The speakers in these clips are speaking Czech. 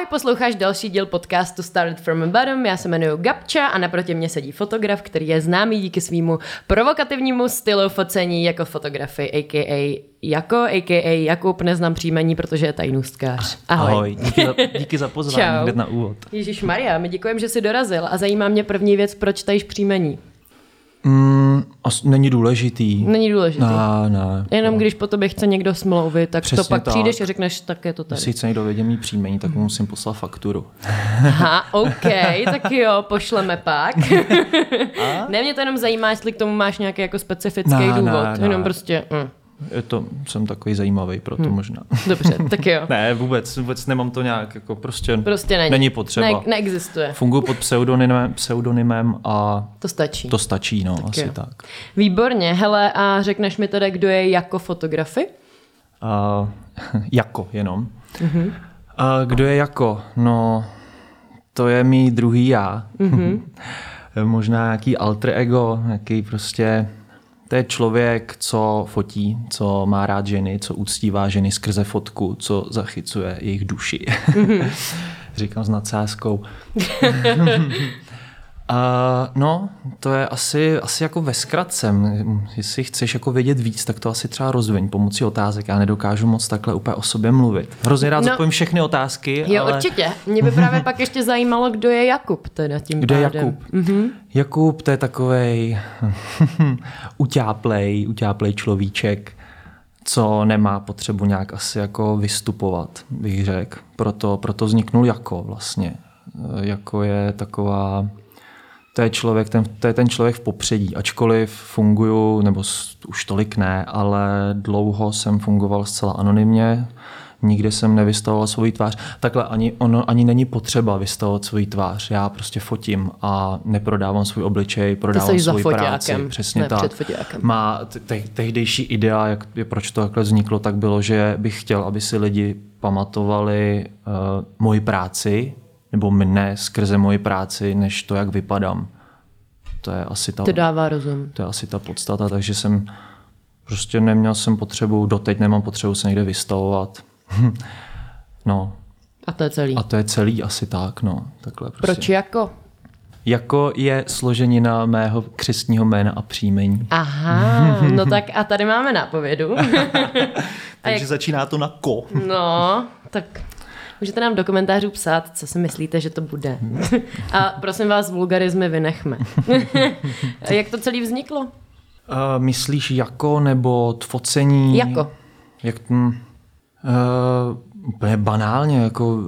Ahoj, posloucháš další díl podcastu Started from a Bottom, já se jmenuji Gabča a naproti mě sedí fotograf, který je známý díky svýmu provokativnímu stylu focení jako fotografy, a.k.a. Jakub, neznám příjmení, protože je tajnůstkář. Ahoj. Díky za pozvání hned na úvod. Ježišmarja, my děkujeme, že jsi dorazil a zajímá mě první věc, proč tajíš příjmení. Není důležitý. Není důležitý. Ne. Jenom když po tobě chce někdo smlouvy, tak přesně to pak tak. Přijdeš a řekneš, tak je to tady. Když chce někdo vědět mý příjmení, tak mu musím poslat fakturu. Aha, OK, tak jo, pošleme pak. Ne, mě to jenom zajímá, jestli k tomu máš nějaký jako specifický důvod. Jenom prostě... Jsem takový zajímavý, proto možná. Dobře, tak jo. Ne, vůbec nemám to nějak, jako prostě není potřeba. Neexistuje. Funguji pod pseudonymem a to stačí, no, tak asi jo. tak. Výborně, hele, a řekneš mi teda, kdo je jako fotografy? Jako jenom. Kdo je jako? No, to je mý druhý já. Možná nějaký alter ego, nějaký prostě... To je člověk, co fotí, co má rád ženy, co uctívá ženy skrze fotku, co zachycuje jejich duši. Říkám s nadsázkou. No, to je asi jako ve zkratce. Jestli chceš jako vědět víc, tak to asi třeba rozviň pomocí otázek. Já nedokážu moc takhle úplně o sobě mluvit. Hrozně rád zodpovím všechny otázky. Jo, ale... určitě. Mě by právě pak ještě zajímalo, kdo je Jakub teda tím kdo pádem. Kdo je Jakub? Jakub, to je takovej utáplej človíček, co nemá potřebu nějak asi jako vystupovat, bych řekl. Proto vzniknul Jako vlastně. Jako je taková... To je ten člověk v popředí, ačkoliv funguju, nebo už tolik ne, ale dlouho jsem fungoval zcela anonymně, nikdy jsem nevystavoval svou tvář. Takhle ani není potřeba vystavovat svou tvář. Já prostě fotím a neprodávám svůj obličej, prodávám svou práci. Přesně ne, tak. Má tehdejší idea, proč to takhle vzniklo, tak bylo, že bych chtěl, aby si lidi pamatovali moji práci, nebo mne skrze moji práci, než to, jak vypadám. To je asi to dává rozum. To je asi ta podstata, takže jsem prostě neměl jsem potřebu, doteď nemám potřebu se někde vystavovat. No. A to je celý. A to je celý asi tak, no. Takhle prostě. Proč Jako? Jako je složenina mého křestního jména a příjmení. Aha, no tak a tady máme nápovědu. Takže začíná to na ko. No, tak... Můžete nám do komentářů psát, co si myslíte, že to bude. A prosím vás, vulgarizmy vynechme. Jak to celé vzniklo? Myslíš jako nebo focení? Jako. Úplně banálně. Jako,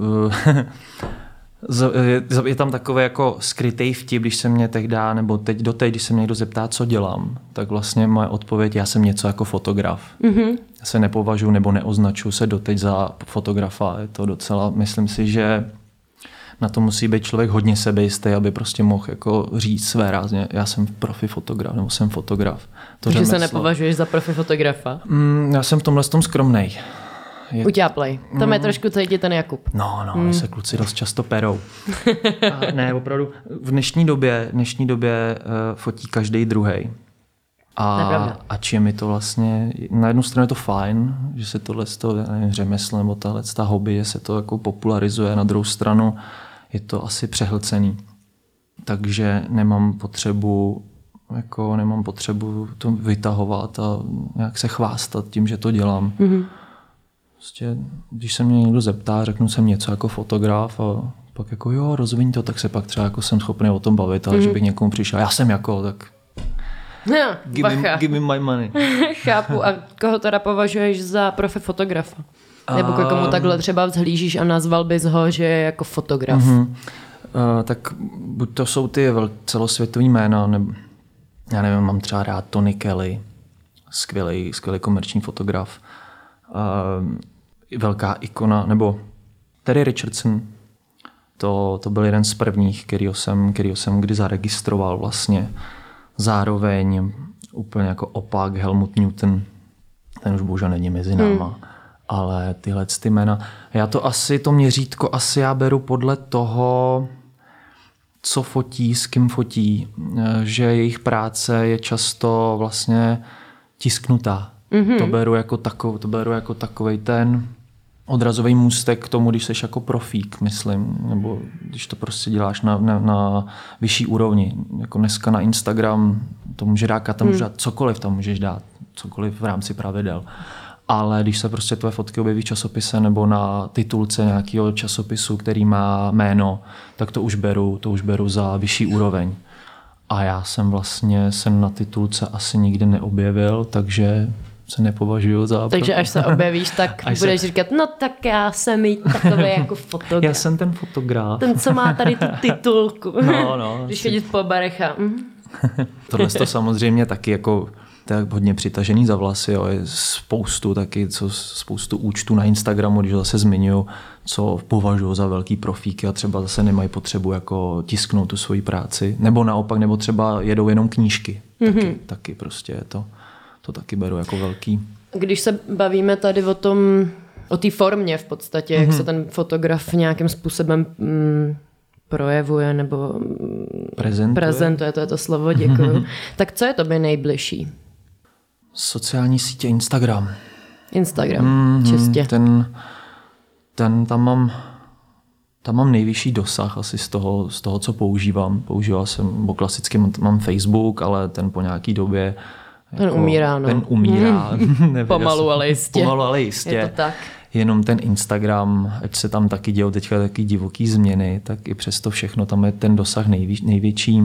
je tam takový jako skrytý vtip, když se mě tehdá, nebo doteď, když se mě někdo zeptá, co dělám, tak vlastně moje odpověď, já jsem něco jako fotograf. Já se nepovažuji nebo neoznačuji se doteď za fotografa. Je to docela, myslím si, že na to musí být člověk hodně sebejistý, aby prostě mohl jako říct své rázně. Já jsem profi fotograf, nebo jsem fotograf. Takže se nepovažuješ za profi fotografa? Já jsem v tomhle tom skromnej. Utáplej. Tam je trošku cítit ten Jakub. No, se kluci dost často perou. Ne, opravdu. V dnešní době fotí každý druhej. A čím je to vlastně, na jednu stranu je to fajn, že se tohle řemeslo nebo ta hobby, že se to jako popularizuje, na druhou stranu je to asi přehlcený. Takže nemám potřebu to vytahovat a nějak se chvástat tím, že to dělám. Prostě, když se mě někdo zeptá, řeknu jsem něco jako fotograf a pak jako jo, rozviň to, tak se pak třeba jako jsem schopný o tom bavit, ale že bych někomu přišel, já jsem jako, tak give me my money. Chápu. A koho teda považuješ za profi fotografa? Nebo k komu takhle třeba vzhlížíš a nazval bys ho, že je jako fotograf? Tak buď to jsou ty celosvětový jména, nebo já nevím, mám třeba rád Tony Kelly, skvělý komerční fotograf. Velká ikona, nebo Terry Richardson, to byl jeden z prvních, kterýho jsem kdy zaregistroval vlastně. Zároveň úplně jako opak Helmut Newton, ten už bohužel není mezi náma, ale tyhle ty jména. To měřítko asi já beru podle toho, co fotí, s kým fotí, že jejich práce je často vlastně tisknutá. To beru jako takovej ten odrazový můstek k tomu, když jsi jako profík, myslím, nebo když to prostě děláš na vyšší úrovni. Jako dneska na Instagram to může dát, tam může dát cokoliv, tam můžeš dát cokoliv v rámci pravidel. Ale když se prostě tvoje fotky objeví v časopise nebo na titulce nějakého časopisu, který má jméno, tak to už beru za vyšší úroveň. A já jsem na titulce asi nikdy neobjevil, takže se nepovažuju za... Takže až se objevíš, tak budeš říkat, no tak já jsem i takový jako fotograf. Já jsem ten fotograf. Ten, co má tady tu titulku. No. Když chodit po barech a... Tohle to samozřejmě taky jako tak hodně přitažený za vlasy, jo. Je spoustu účtů na Instagramu, když zase zmiňuji, co považuji za velký profíky a třeba zase nemají potřebu jako tisknout tu svoji práci. Nebo naopak, nebo třeba jedou jenom knížky. Taky prostě je to taky beru jako velký. Když se bavíme tady o té formě v podstatě, jak se ten fotograf nějakým způsobem projevuje nebo prezentuje, to je to slovo, děkuju. Tak co je tobě nejbližší? Sociální sítě Instagram. Čistě. Tam mám nejvyšší dosah asi z toho, co používám. Používal jsem, bo klasicky mám Facebook, ale ten po nějaký době ten umírá, Ten umírá. Pomalu, ale jistě. Je to tak. Jenom ten Instagram, ať se tam taky dějou teďka taky divoký změny, tak i přesto všechno tam je ten dosah největší.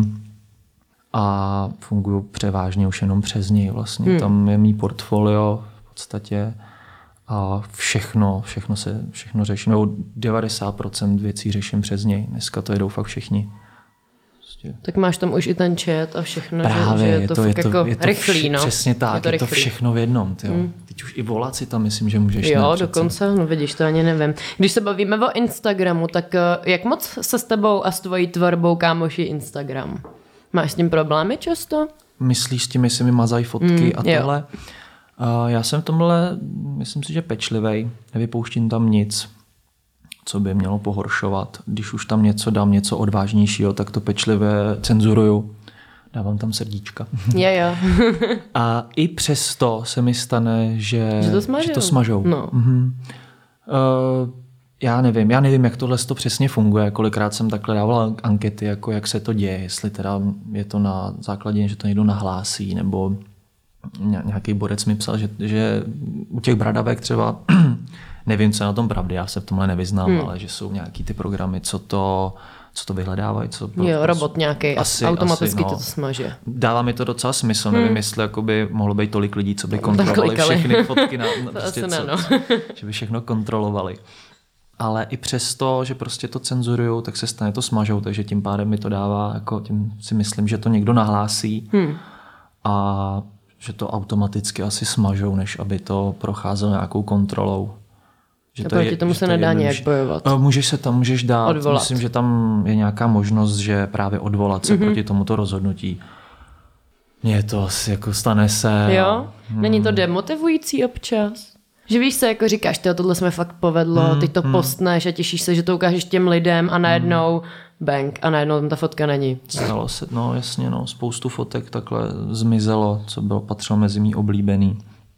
A funguju převážně už jenom přes něj vlastně. Tam je mý portfolio v podstatě a všechno řeším. 90% věcí řeším přes něj. Dneska to jedou fakt všichni. Tak máš tam už i ten chat a všechno, právě, že je to fakt jako rychlý, no. Přesně tak, je to všechno v jednom. Teď už i volat si tam myslím, že můžeš. Jo, dokonce, no vidíš, to ani nevím. Když se bavíme o Instagramu, tak jak moc se s tebou a s tvojí tvorbou kámoší Instagram? Máš s tím problémy často? Myslíš s tím, jestli mi mazají fotky a tohle? Já jsem v tomhle, myslím si, že pečlivej. Nevypouštím tam nic, co by mělo pohoršovat. Když už tam něco dám, něco odvážnějšího, tak to pečlivě cenzuruju. Dávám tam srdíčka. Jo. A i přesto se mi stane, že to smažou. No. Já nevím, jak tohle to přesně funguje. Kolikrát jsem takhle dával ankety, jako jak se to děje, jestli teda je to na základě, že to někdo nahlásí, nebo nějaký borec mi psal, že u těch bradavek třeba, nevím, co je na tom pravdy, já se v tomhle nevyznám, ale že jsou nějaký ty programy, co to vyhledávají. Robot nějaký, automaticky to smaže. Dává mi to docela smysl, nevím, jestli by mohlo být tolik lidí, co by kontrolovali všechny fotky, že by všechno kontrolovali. Ale i přesto, že prostě to cenzurujou, tak se stane to smažou, takže tím pádem mi to dává, jako tím si myslím, že to někdo nahlásí a že to automaticky asi smažou, než aby to procházelo nějakou kontrolou. Že proti tomu se nedá nějak bojovat. Můžeš dát, odvolat. Myslím, že tam je nějaká možnost, že právě odvolat se proti tomuto rozhodnutí. Mně to asi jako stane se. Jo? Není to demotivující občas? Že víš se, jako říkáš, tohle jsme fakt povedlo, ty to postneš a těšíš se, že to ukážeš těm lidem a najednou bang a najednou tam ta fotka není. Stalo se, jasně, spoustu fotek takhle zmizelo, co patřilo mezi mý oblíbený.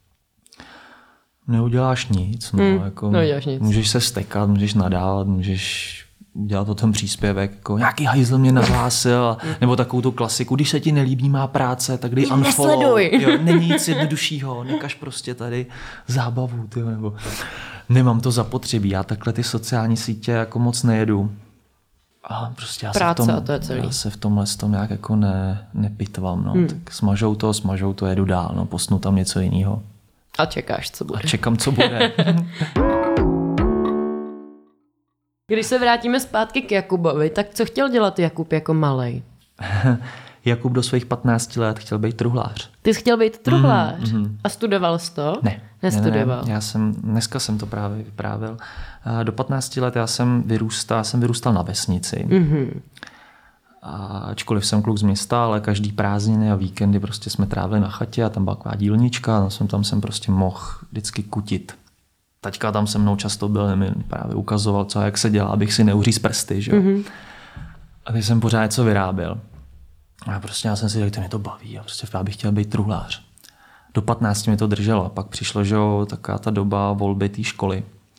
Neuděláš nic, neuděláš nic. Můžeš se stekat, můžeš nadávat, můžeš dělat o tom příspěvek, jako nějaký hajzl mě nahlásil, nebo takovou tu klasiku, když se ti nelíbí má práce, tak dej unfollow. Není nic jednoduššího, nekaž prostě tady zábavu, nebo nemám to zapotřebí, já takhle ty sociální sítě jako moc nejedu. A prostě já se v tomhle nějak jako nepitvám, tak smažou to, jedu dál, postnu tam něco jiného. A čekáš, co bude. A čekám, co bude. Když se vrátíme zpátky k Jakubovi, tak co chtěl dělat Jakub jako malej? Jakub do svých 15 let chtěl být truhlář. Ty jsi chtěl být truhlář? A studoval jsi to? Ne. Nestudoval. Ne. Dneska jsem to právě vyprávěl. Do 15 let já jsem vyrůstal na vesnici. Ačkoliv jsem kluk z města, ale každý prázdniny a víkendy prostě jsme trávili na chatě a tam byla taková dílnička a tam jsem prostě mohl vždycky kutit. Taťka tam se mnou často byl, mi právě ukazoval, jak se dělá, abych si neuříz prsty. Že? A teď jsem pořád něco vyráběl. A prostě já jsem si řekl, že mě to baví a prostě já bych chtěl být truhlář. Do 15 mi to drželo a pak přišlo, že taková ta doba volby té školy.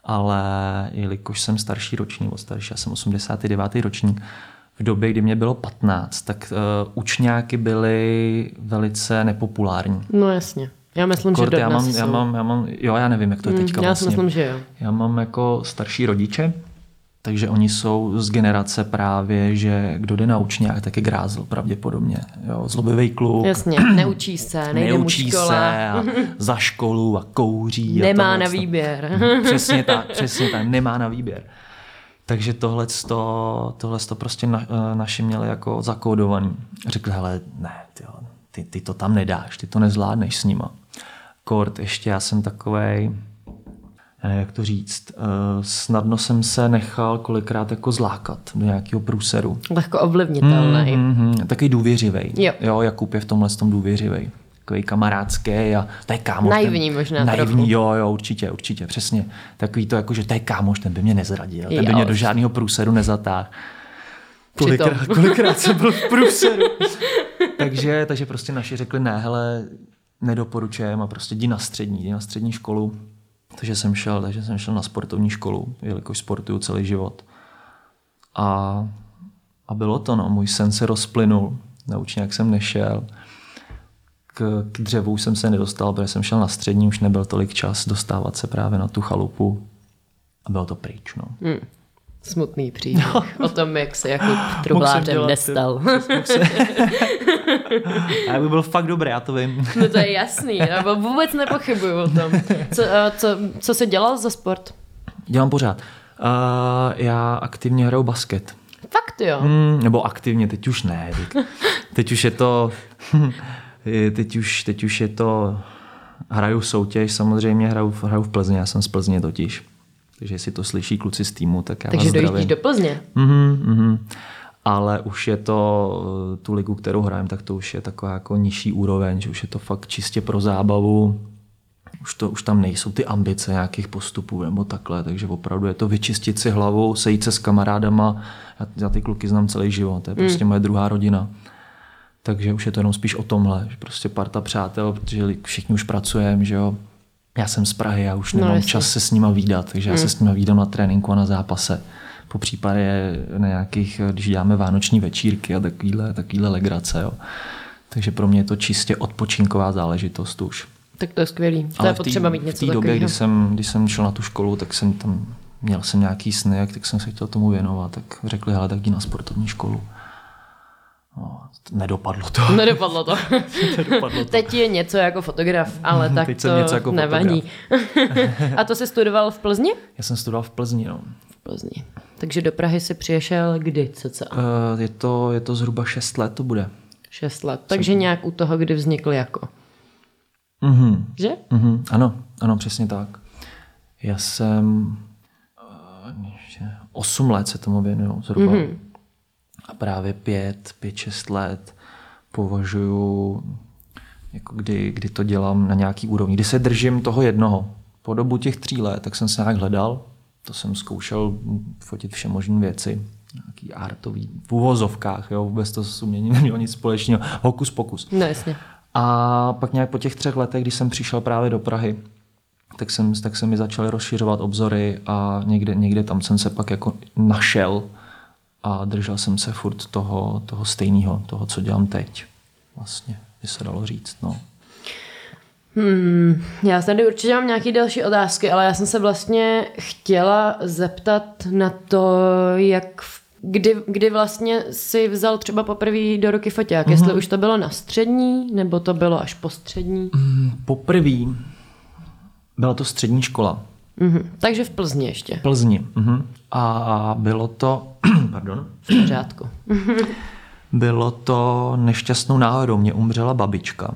ale jelikož jsem starší ročník, já jsem 89. ročník, v době, kdy mě bylo 15, tak učňáky byly velice nepopulární. No jasně. Já myslím, že dodnes já nevím, jak to je teďka vlastně. Já si myslím, že jo. Já mám jako starší rodiče, takže oni jsou z generace právě, že kdo jde na učňák, tak je grázl pravděpodobně. Jo, zlobivý kluk. Jasně, neučí se, nejde mu škola. Se a za školu a kouří. Nemá na výběr. Přesně tak, nemá na výběr. Takže tohle prostě naši měli jako zakódovaný. Řekli, hele, ne, ty to tam nedáš, ty to nezvládneš s nima. Kort, ještě já jsem takovej, jak to říct, snadno jsem se nechal kolikrát jako zlákat do nějakého průseru. Lehko ovlivnitelný. Takový důvěřivej. Jo, Jakub je v tomhle tom důvěřivej. Takový kamarádský a to je kámoš. Naivní možná trochu. Jo, určitě, přesně. Takový to jako, že to je kámoš, ten by mě nezradil, ten by mě do žádného průseru nezatáhl. Kolikrát jsem byl v průseru. takže prostě naši řekli, ne, hele, nedoporučujem a prostě jdi na střední školu. Takže jsem šel na sportovní školu, jelikož sportuju celý život. A bylo to, no, můj sen se rozplynul, na učňák jsem nešel. K dřevu jsem se nedostal, protože jsem šel na střední, už nebyl tolik čas dostávat se právě na tu chalupu. A bylo to pryč, no. Smutný příběh o tom, jak se Jakub trublářem nestal. A já bych byl fakt dobrý, já to vím. No to je jasný, já vůbec nepochybuju o tom. Co jsi dělal za sport? Dělám pořád. Já aktivně hraju basket. Fakt jo? Nebo aktivně, teď už ne. Teď už je to... Teď už je to... Hraju soutěž, samozřejmě hraju v Plzni, já jsem z Plzně totiž. Takže jestli to slyší kluci z týmu, tak já vás zdravím. Takže dojíždíš do Plzně? Ale už je to, tu ligu, kterou hrajem, tak to už je taková jako nižší úroveň, že už je to fakt čistě pro zábavu. Už tam nejsou ty ambice nějakých postupů nebo takhle, takže opravdu je to vyčistit si hlavu, sejít se s kamarádama. Já ty kluky znám celý život, to je prostě moje druhá rodina. Takže už je to jenom spíš o tomhle, že prostě parta přátel, protože všichni už pracujeme, že jo. Já jsem z Prahy, já už nemám čas se s nima vídat, takže já se s nima vídám na tréninku a na zápase. Po případě na nějakých, když děláme vánoční večírky a takovýhle legrace, jo. Takže pro mě je to čistě odpočinková záležitost už. Tak to je skvělý. To je potřeba mít něco takového. V té době, když jsem šel na tu školu, tak jsem tam měl nějaký sny, tak jsem se chtěl tomu věnovat. Tak řekli, hele, tak jdi na sportovní školu. No, nedopadlo to. Nedopadlo to. Teď je něco jako fotograf, ale tak to jako nevadí. A to jsi studoval v Plzni? Já jsem studoval v Plzni, no. V Plzni. Takže do Prahy si přišel kdy cca? Je to zhruba 6 let to bude. 6 let. Takže nějak u toho, kdy vznikl jako. Že? Ano, přesně tak. Já jsem 8 let se tomu věnuju zhruba. A právě 5-6 let považuji, jako kdy to dělám na nějaký úrovni. Kdy se držím toho jednoho. Po dobu těch 3 let, tak jsem se nějak hledal. To jsem zkoušel fotit všemožné věci. Nějaký artový, v uvozovkách, jo, vůbec to s uměním nemělo nic společného. Hokus pokus. No jasně. A pak nějak po těch 3 letech, když jsem přišel právě do Prahy, tak se mi začaly rozšiřovat obzory a někde tam jsem se pak jako našel a držel jsem se furt toho stejného, toho, co dělám teď. Vlastně, by se dalo říct, no. Já tady určitě mám nějaké další otázky, ale já jsem se vlastně chtěla zeptat na to, kdy vlastně si vzal třeba poprvé do ruky foťák. Jestli už to bylo na střední, nebo to bylo až po střední? Poprvé byla to střední škola. Takže v Plzni ještě. V Plzni. A bylo to... Pardon. V pořádku. Bylo to nešťastnou náhodou. Mě umřela babička.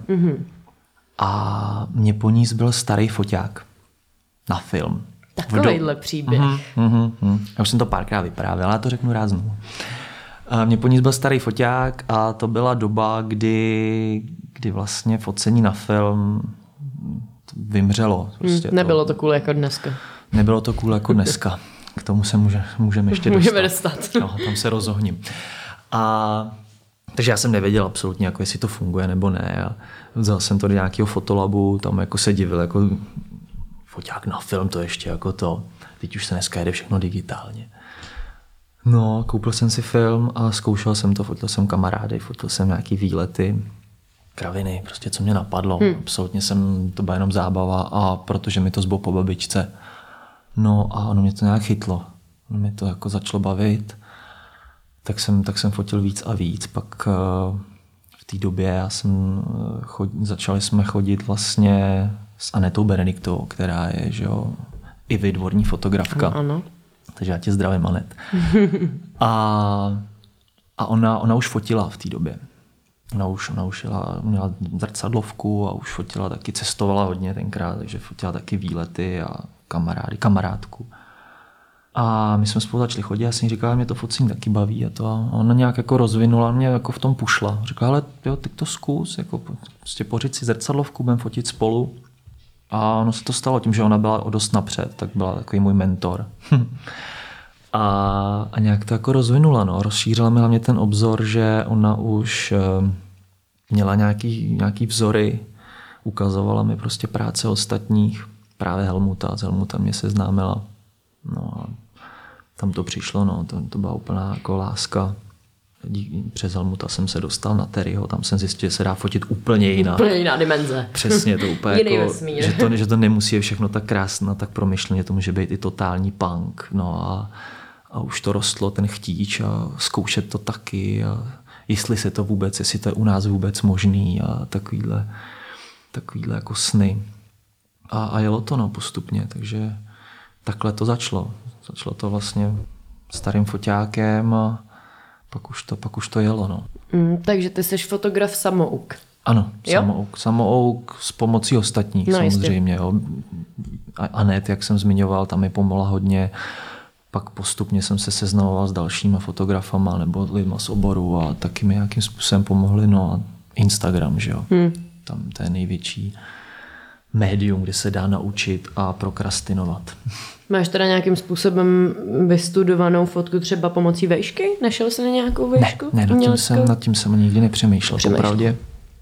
A mě po ní zbyl starý foťák na film. Takovejhle příběh. Já už jsem to párkrát vyprávěl, ale to řeknu rád znovu. Mě po ní zbyl starý foťák a to byla doba, kdy vlastně focení na film vymřelo. Prostě nebylo to cool jako dneska. Nebylo to cool jako dneska. K tomu se můžeme ještě dostat. Můžeme dostat. No, tam se rozohním. Takže já jsem nevěděl absolutně, jako jestli to funguje nebo ne. A vzal jsem to do nějakého fotolabu, tam jako se divil, jako foťák na film, to ještě jako to. Teď už se dneska jede všechno digitálně. No, koupil jsem si film a zkoušel jsem to, fotil jsem kamarády, fotil jsem nějaký výlety, kraviny, prostě co mě napadlo. Absolutně to byla jenom zábava a protože mi to zbylo po babičce. No a ono mě to nějak chytlo. Ono mě to jako začalo bavit. Tak jsem fotil víc a víc. Pak v té době začali jsme chodit vlastně s Anetou Benediktovou, která je, že jo, i výtvorní fotografka. Ano. Takže já tě zdravím, Anet. A ona už fotila v té době. Ona už měla zrcadlovku a už fotila taky, cestovala hodně tenkrát, takže fotila taky výlety a kamarádku. A my jsme spolu začali chodit a jsem jí říkala, mě to focení taky baví a ona nějak jako rozvinula, mě jako v tom pušla. Říkala, ale jo, teď to zkus, jako prostě pořiď si zrcadlovku, budeme fotit spolu. A ono se to stalo tím, že ona byla o dost napřed, tak byla takový můj mentor. a nějak to jako rozvinula, no. Rozšířila mi hlavně ten obzor, že ona už měla nějaký vzory, ukazovala mi prostě práce ostatních, právě Helmuta, s Helmutem mě seznámila. No a tam to přišlo, no, to byla úplná jako láska. Přes Helmuta jsem se dostal na Terryho, tam jsem zjistil, že se dá fotit úplně jinak. Úplně jiná dimenze. Přesně, to úplně Jiný jako, vesmír. že to nemusí být všechno tak krásné, tak promyšleně, to může být i totální punk. No a už to rostlo, ten chtíč a zkoušet to taky a jestli to je u nás vůbec možný a takovýhle jako sny. A jelo to, no, postupně, takže takhle to začalo. Začalo to vlastně starým foťákem a pak už to jelo, no. Takže ty jsi fotograf samouk. Ano, samouk s pomocí ostatních, no, samozřejmě. Jo. Anet, jak jsem zmiňoval, tam mi pomohla hodně. Pak postupně jsem se seznamoval s dalšíma fotografama nebo lidma z oboru a taky mi nějakým způsobem pomohli. No a Instagram, že jo. Tam to je největší médium, kde se dá naučit a prokrastinovat. Máš teda nějakým způsobem vystudovanou fotku třeba pomocí vejšky? Našel jsi na nějakou vejšku? Ne, nad tím jsem nikdy nepřemýšlel. Popravdě.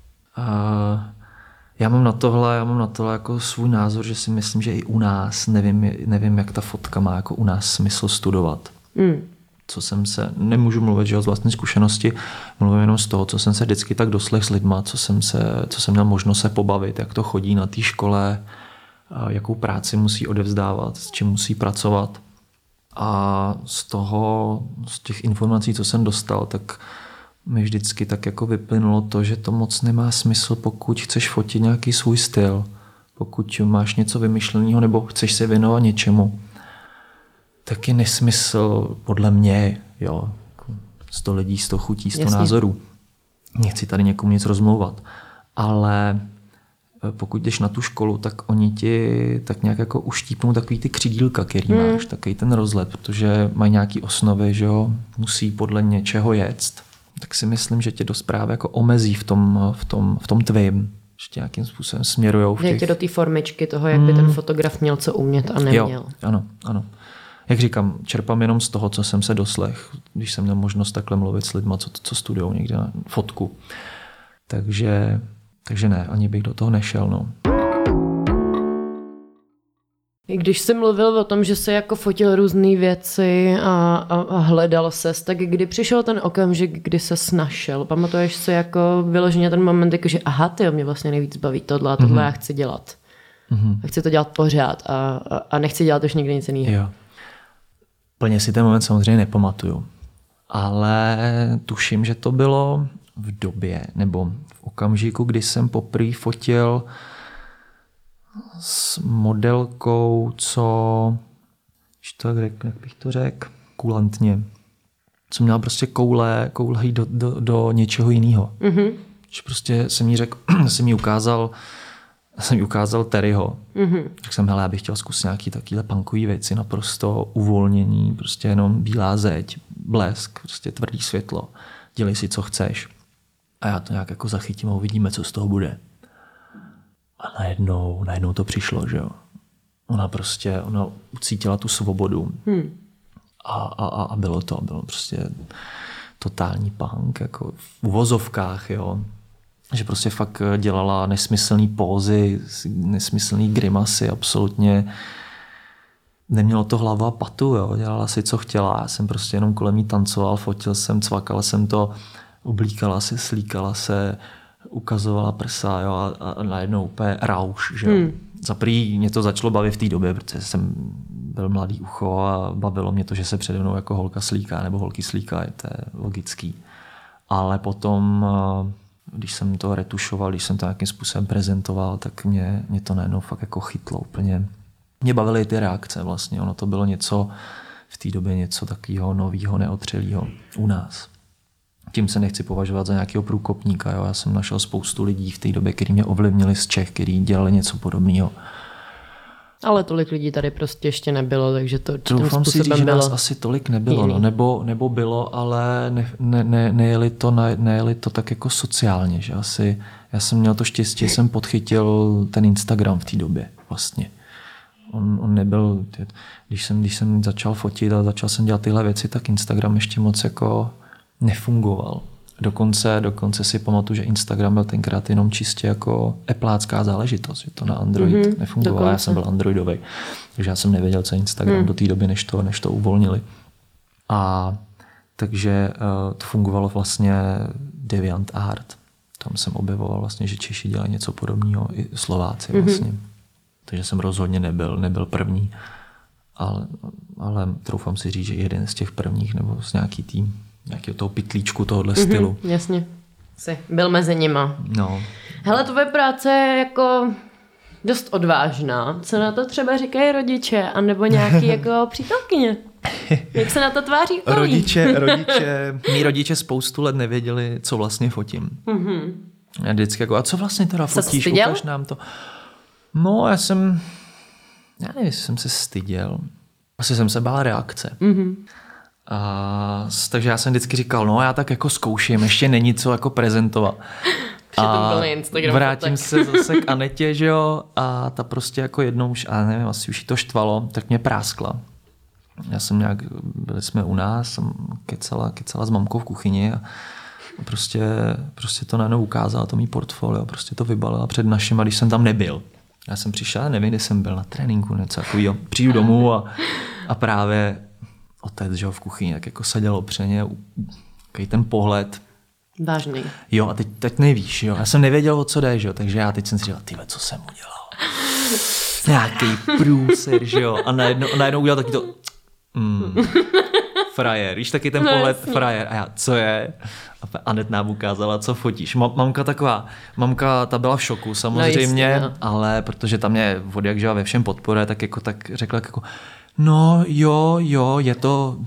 Já mám na tohle jako svůj názor, že si myslím, že i u nás, nevím, jak ta fotka má jako u nás smysl studovat. Nemůžu mluvit, že z vlastní zkušenosti, mluvím jenom z toho, co jsem se vždycky tak doslech s lidma, co jsem měl možnost se pobavit, jak to chodí na té škole, jakou práci musí odevzdávat, s čím musí pracovat. A z těch informací, co jsem dostal, tak mi vždycky tak jako vyplynulo to, že to moc nemá smysl, pokud chceš fotit nějaký svůj styl, pokud máš něco vymyšleného nebo chceš se věnovat něčemu, tak je nesmysl podle mě, jo, 100 lidí, 100 chutí, 100 názorů. Nechci tady někomu nic rozmlouvat, ale pokud jdeš na tu školu, tak oni ti tak nějak jako uštípnou takový ty křidílka, který máš, takový ten rozhled, protože mají nějaký osnovy, že jo, musí podle něčeho jet. Tak si myslím, že tě dost právě jako omezí v tom tvým, že tě nějakým způsobem směrujou. Že tě do té formičky toho, jak by ten fotograf měl co umět a neměl. Jo, ano. Jak říkám, čerpám jenom z toho, co jsem se doslech, když jsem měl možnost takhle mluvit s lidma, co studujou někde na fotku. Takže ne, ani bych do toho nešel, no. Když jsi mluvil o tom, že jsi jako fotil různé věci a hledal ses, tak kdy přišel ten okamžik, kdy ses našel? Pamatuješ si jako vyloženě ten moment, jako že aha, mě vlastně nejvíc baví tohle a tohle já chci dělat. A chci to dělat pořád a nechci dělat už nikdy nic jiného. Jo. Plně si ten moment samozřejmě nepamatuju. Ale tuším, že to bylo v době nebo v okamžiku, kdy jsem poprvé fotil s modelkou, jak bych to řekl, kulantně. Co měla prostě koule jít do něčeho jiného. Že prostě jsem jí ukázal Terryho. Tak jsem, já bych chtěl zkusit nějaký takovýhle punkový věci, naprosto uvolnění, prostě jenom bílá zeď, blesk, prostě tvrdý světlo. Dělej si, co chceš. A já to nějak jako zachytím a uvidíme, co z toho bude. A najednou to přišlo, že jo. Ona ucítila tu svobodu. A bylo prostě totální punk, jako v uvozovkách, jo. že prostě fakt dělala nesmyslný pózy, nesmyslný grimasy, absolutně nemělo to hlavu a patu, jo. Dělala si, co chtěla. Já jsem prostě jenom kolem ní tancoval, fotil jsem, cvakal jsem to, oblíkala se, slíkala se, ukazovala prsa, jo, a najednou úplně rauš, že jo. Za prý mě to začalo bavit v té době, protože jsem byl mladý ucho a bavilo mě to, že se přede mnou jako holka slíká nebo holky slíkají, to je logický. Ale potom, když jsem to retušoval, když jsem to nějakým způsobem prezentoval, tak mě to najednou fakt jako chytlo úplně. Mě bavily ty reakce vlastně, ono to bylo něco v té době něco takového nového, neotřelého u nás. Tím se nechci považovat za nějakého průkopníka. Jo? Já jsem našel spoustu lidí v té době, kteří mě ovlivnili z Čech, kteří dělali něco podobného. Ale tolik lidí tady prostě ještě nebylo, takže to doufám si říct, že nás asi tolik nebylo. No, nebo bylo, ale nejeli to tak jako sociálně. Že asi, já jsem měl to štěstí, že jsem podchytil ten Instagram v té době vlastně. On nebyl, když jsem začal fotit a začal jsem dělat tyhle věci, tak Instagram ještě moc jako nefungoval. Dokonce si pamatuju, že Instagram byl tenkrát jenom čistě jako applácká záležitost, že to na Android nefungovalo. Já jsem byl androidový, takže já jsem nevěděl, co je Instagram do té doby, než to uvolnili. A takže to fungovalo vlastně DeviantArt. Tam jsem objevoval vlastně, že Češi dělají něco podobného, i Slováci vlastně. Takže jsem rozhodně nebyl první, ale troufám si říct, že jeden z těch prvních nebo z nějakého toho pytlíčku tohohle stylu. Jasně. Byl mezi nima. No. Hele, tvoje práce je jako dost odvážná. Co na to třeba říkají rodiče, anebo nějaký jako přítelkyně? Jak se na to tváří okolí? Mí rodiče spoustu let nevěděli, co vlastně fotím. Já vždycky jako, a co vlastně teda fotíš? Ukaž nám to. No, já nevím, jestli jsem se styděl. Asi jsem se bál reakce. Takže já jsem vždycky říkal, no já tak jako zkouším, ještě není co jako prezentovat. A vrátím se zase k Anetě, že jo, a ta prostě jako jednou už, a nevím, asi už jí to štvalo, tak mě práskla. Já jsem byli jsme u nás, jsem kecala s mamkou v kuchyni a prostě to najednou ukázala, to mý portfolio, prostě to vybalila před našima, když jsem tam nebyl. Já jsem přišel, nevím, kde jsem byl, na tréninku, něco takového. Přijdu domů a právě otec, že ho v kuchyni, tak jako seděl opřeně, takový ten pohled. Vážný. Jo, a teď nevíš, jo. Já jsem nevěděl, o co jde, že jo, takže já teď jsem si říkal, tyhle, co jsem udělal? Nějaký průser, že jo, a najednou udělal taky to frajer, víš, taky ten pohled frajer. A já, co je? A Anet nám ukázala, co fotíš. Mamka ta byla v šoku samozřejmě, no, ale protože tam mě od jak živa ve všem podporuje, tak řekla jako, no jo, je to...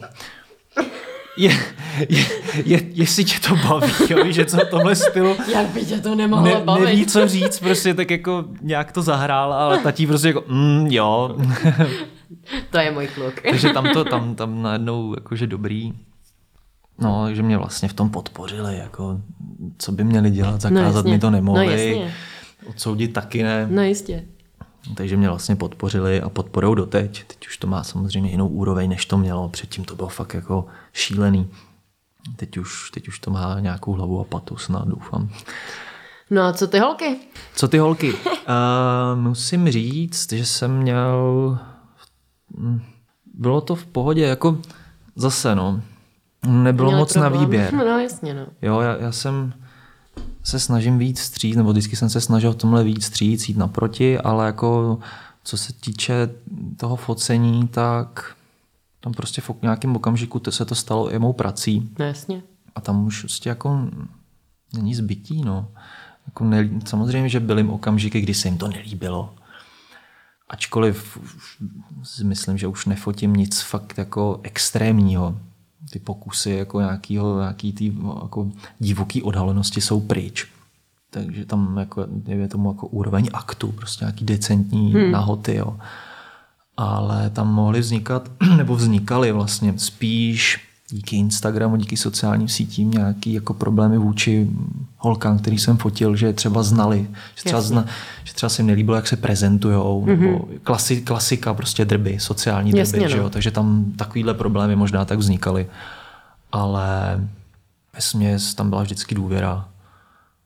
Jestli tě to baví, jo, víš, že co v tomhle stylu... Jak by tě to nemohlo bavit? Neví, co říct, prostě tak jako nějak to zahrál, ale tatí prostě jako, jo. To je můj kluk. Takže tam najednou jakože dobrý. No, že mě vlastně v tom podpořili, jako co by měli dělat, zakázat mi to nemohli, odsoudit taky ne. No jistě. Takže mě vlastně podpořili a podporou doteď. Teď už to má samozřejmě jinou úroveň, než to mělo. Předtím to bylo fakt jako šílený. Teď už to má nějakou hlavu a patu, snad doufám. No a co ty holky? Musím říct, že jsem měl... Bylo to v pohodě, jako zase, no. Nebylo moc problém na výběr. No jasně, no. Jo, já jsem se snažím víc vstříc, nebo vždycky jsem se snažil v tomhle víc vstříc, jít naproti, ale jako co se týče toho focení, tak tam prostě v nějakém okamžiku se to stalo i mou prací. No jasně. A tam už prostě jako není zbytí, no. Jako samozřejmě, že byly okamžiky, kdy se jim to nelíbilo. Ačkoliv myslím, že už nefotím nic fakt jako extrémního. Ty pokusy jako nějaký ty jako divoký odhalenosti jsou pryč. Takže tam jako, je tomu jako úroveň aktu, prostě nějaký decentní nahoty, jo. Ale tam mohly vznikat, nebo vznikaly vlastně spíš díky Instagramu, díky sociálním sítím nějaký jako problémy vůči holkám, který jsem fotil, že třeba znali, že třeba se jim nelíbilo, jak se prezentujou, nebo klasika prostě drby, sociální drby, jasně, že jo? Takže tam takovýhle problémy možná tak vznikaly. Ale vesměs tam byla vždycky důvěra.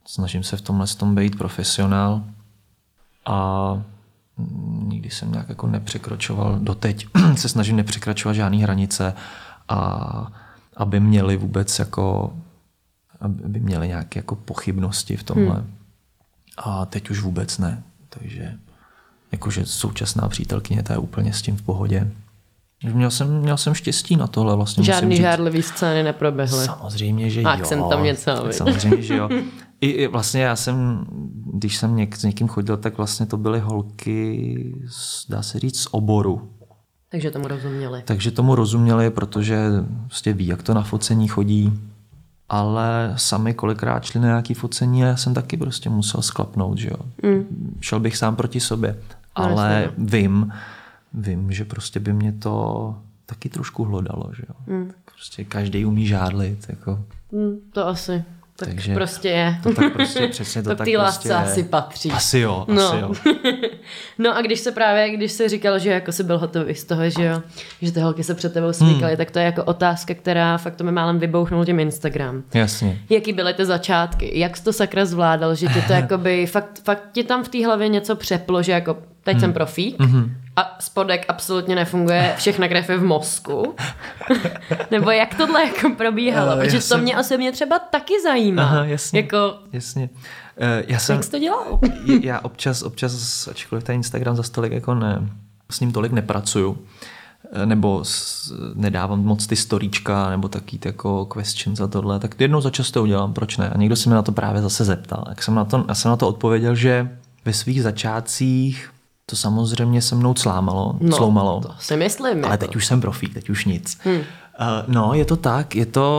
Snažím se v tomhle tom být profesionál a nikdy jsem nějak jako nepřekročoval, doteď se snažím nepřekračovat žádný hranice a aby měli vůbec jako, aby měli nějaké jako pochybnosti v tomhle. A teď už vůbec ne. Takže jakože současná přítelkyně, ta je úplně s tím v pohodě. Měl jsem štěstí na tohle vlastně. Žádný žárlivý scény neproběhly. Samozřejmě, že jo. Akcent tam něco. Samozřejmě, že jo. I vlastně já jsem, když jsem s někým chodil, tak vlastně to byly holky, dá se říct, z oboru. Takže tomu rozuměli, protože prostě ví, jak to na focení chodí. Ale sami kolikrát šli na nějaké focení a já jsem taky prostě musel sklapnout, že jo. Šel bych sám proti sobě. Ale vím, že prostě by mě to taky trošku hlodalo, že jo. Tak prostě každý umí žádlit, jako. To asi. Tak takže prostě je. To tak prostě přesně to tak tak té lásce prostě asi patří. Asi jo. No a když jsi říkal, že jako jsi byl hotový z toho, že jo, že ty holky se před tebou slíkaly, tak to je jako otázka, která fakt to mi málem vybouchnul tím Instagram. Jasně. Jaký byly ty začátky? Jak jsi to sakra zvládal, že ti to jakoby fakt ti tam v té hlavě něco přeplo, že jako teď jsem profík a spodek absolutně nefunguje, všechna krev je v mozku. Nebo jak tohle jako probíhalo? Protože to mě osobně třeba taky zajímá. Aha, jasně. Jako, jasně. Jak jsi to dělal? Já občas, ačkoliv ten Instagram za tolik jako s ním tolik nepracuju, nebo nedávám moc ty storíčka, nebo taky jako questions a tohle, tak jednou za čas to udělám, proč ne? A někdo se mi na to právě zase zeptal. Já jsem na to odpověděl, že ve svých začátcích to samozřejmě se mnou sloumalo. To si myslím. Ale teď už jsem profík, teď už nic. No, je to tak,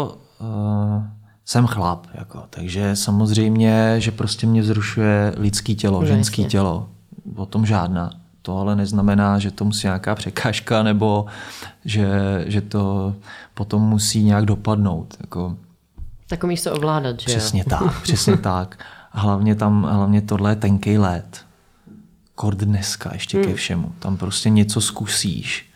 jsem chlap, jako, takže samozřejmě, že prostě mě vzrušuje lidský tělo, ženský tělo. O tom žádná. To ale neznamená, že to musí nějaká překážka, nebo že to potom musí nějak dopadnout. Jako. Tak umíš to ovládat, že Přesně tak. Hlavně tohle je tenkej led. Kord dneska ještě ke všemu. Tam prostě něco zkusíš.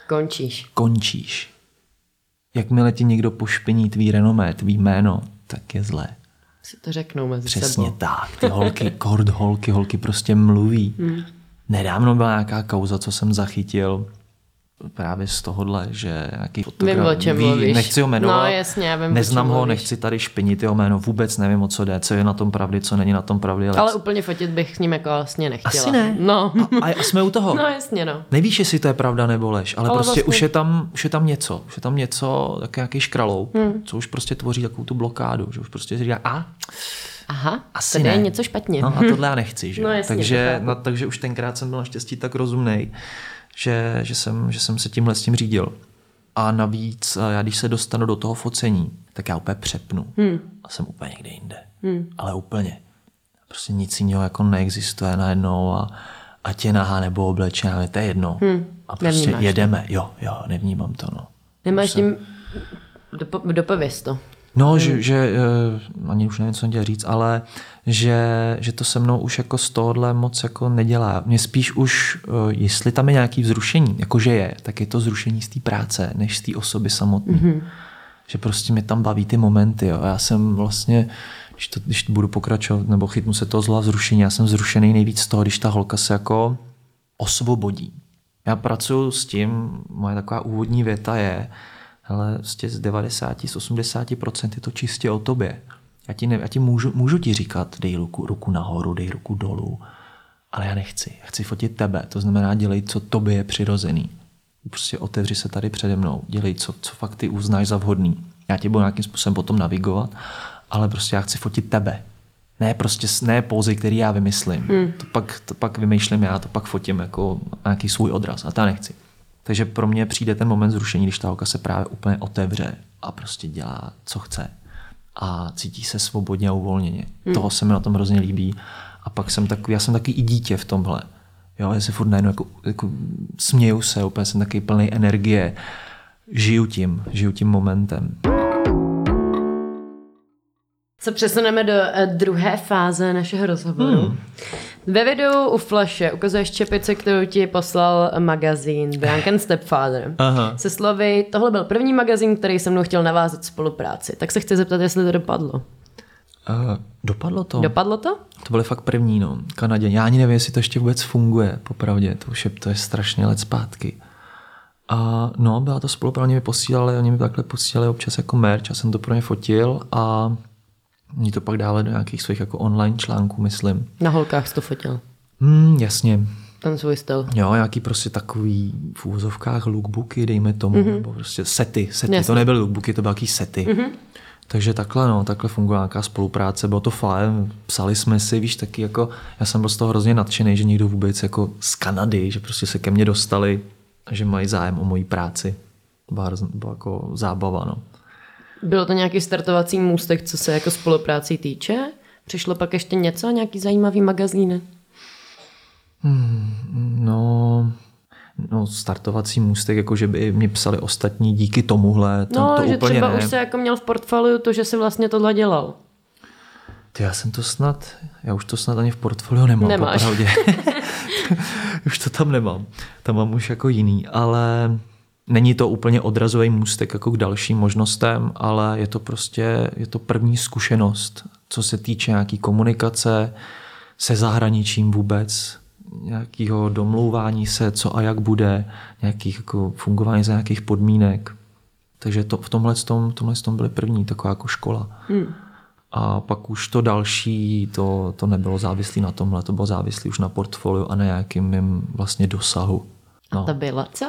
Končíš. Jakmile ti někdo pošpiní tvý renomé, tvý jméno, tak je zlé. Si to řeknou mezi sebou. Přesně tak. Ty holky prostě mluví. Nedávno byla nějaká kauza, co jsem zachytil právě z tohohle, že nějaký fotograf... Vím, o čem mluvíš. Nechci ho jmenovat. No jasně, já vím, neznám ho, nechci tady špinit jeho jméno, vůbec nevím, o co jde, co je na tom pravdy, co není na tom pravdy. Ale úplně fotit bych s ním jako vlastně nechtěla. Asi ne. No. A jsme u toho. No jasně, no. Nevíš, jestli to je pravda nebo lež, ale prostě vlastně... už je tam něco, tak nějaký škralou, co už prostě tvoří takovou tu blokádu, že už prostě říká, aha, asi tady je něco špatně. No a tohle já nechci, že? No, jasně, takže už tenkrát jsem byl naštěstí tak rozumnej, že jsem se tímhle s tím řídil. A navíc, já když se dostanu do toho focení, tak já úplně přepnu. A jsem úplně někde jinde. Ale úplně. Prostě nic jiného jako neexistuje najednou a ať je nahá nebo oblečená, to je jedno. A prostě nevnímáš jedeme. To. Jo, nevnímám to. No. Nemáš tím dopověz to. No, že ani už nevím, co jsem chtěl říct, ale že to se mnou už jako z tohohle moc jako nedělá. Mě spíš už, jestli tam je nějaký vzrušení, jakože je, tak je to vzrušení z té práce, než z té osoby samotné. Že prostě mě tam baví ty momenty. Jo. Já jsem vlastně, když budu pokračovat, nebo chytnu se toho zla vzrušení, já jsem vzrušený nejvíc z toho, když ta holka se jako osvobodí. Já pracuji s tím, moje taková úvodní věta je, hele, z 80% je to čistě o tobě. Já ti můžu ti říkat, dej ruku nahoru, dej ruku dolů, ale já nechci. Já chci fotit tebe, to znamená dělej, co tobě je přirozený. Prostě otevři se tady přede mnou, dělej, co fakt ty uznáš za vhodný. Já tě budu nějakým způsobem potom navigovat, ale prostě já chci fotit tebe. Ne pózy, který já vymyslím. To pak vymýšlím já, to pak fotím jako nějaký svůj odraz a to já nechci. Takže pro mě přijde ten moment zrušení, když ta holka se právě úplně otevře a prostě dělá, co chce. A cítí se svobodně a uvolněně. Toho se mi na tom hrozně líbí. A pak já jsem taky i dítě v tomhle. Jo, já se furt najednou jako směju se, úplně jsem taky plný energie. Žiju tím momentem. Se přesuneme do druhé fáze našeho rozhovoru. Ve videu u Flashe ukazuješ čepici, kterou ti poslal magazín Drunken Stepfather. Se slovy, tohle byl první magazín, který se mnou chtěl navázat spolupráci. Tak se chci zeptat, jestli to dopadlo. Dopadlo to. Dopadlo to? To byly fakt první, no. Kanadě. Já ani nevím, jestli to ještě vůbec funguje, popravdě. To je strašně let zpátky. A no, byla to spolupráce, oni mi takhle posílali občas jako merch, já jsem to pro ně fotil a oni to pak dávali do nějakých svých jako online článků, myslím. Na holkách jsi to fotil? Jasně. Ten svůj styl. Jo, nějaký prostě takový v úvozovkách lookbooky, dejme tomu, nebo prostě sety. To nebyly lookbooky, to byly nějaký sety. Takže takhle funguje nějaká spolupráce, bylo to fajn, psali jsme si, víš, taky jako, já jsem byl z toho hrozně nadšený, že někdo vůbec jako z Kanady, že prostě se ke mně dostali, že mají zájem o moji práci. Byla jako zábava, no. Bylo to nějaký startovací můstek, co se jako spolupráci týče? Přišlo pak ještě něco, nějaký zajímavý magazíny? No, startovací můstek, jako že by mi psali ostatní díky tomuhle. To že úplně třeba ne. Už se jako měl v portfoliu to, že si vlastně tohle dělal. Já už to snad ani v portfoliu nemám. Nemáš. Popravdě. Už to tam nemám. Tam mám už jako jiný, ale není to úplně odrazový můstek jako k dalším možnostem, ale je to první zkušenost, co se týče nějaký komunikace se zahraničím vůbec, nějakého domlouvání se, co a jak bude, nějakých jako fungování za nějakých podmínek. Takže v tomhle byly první taková jako škola. A pak už to další, to nebylo závislé na tomhle, to bylo závislé už na portfoliu a na nějakým mým vlastně dosahu. No. A to byla co?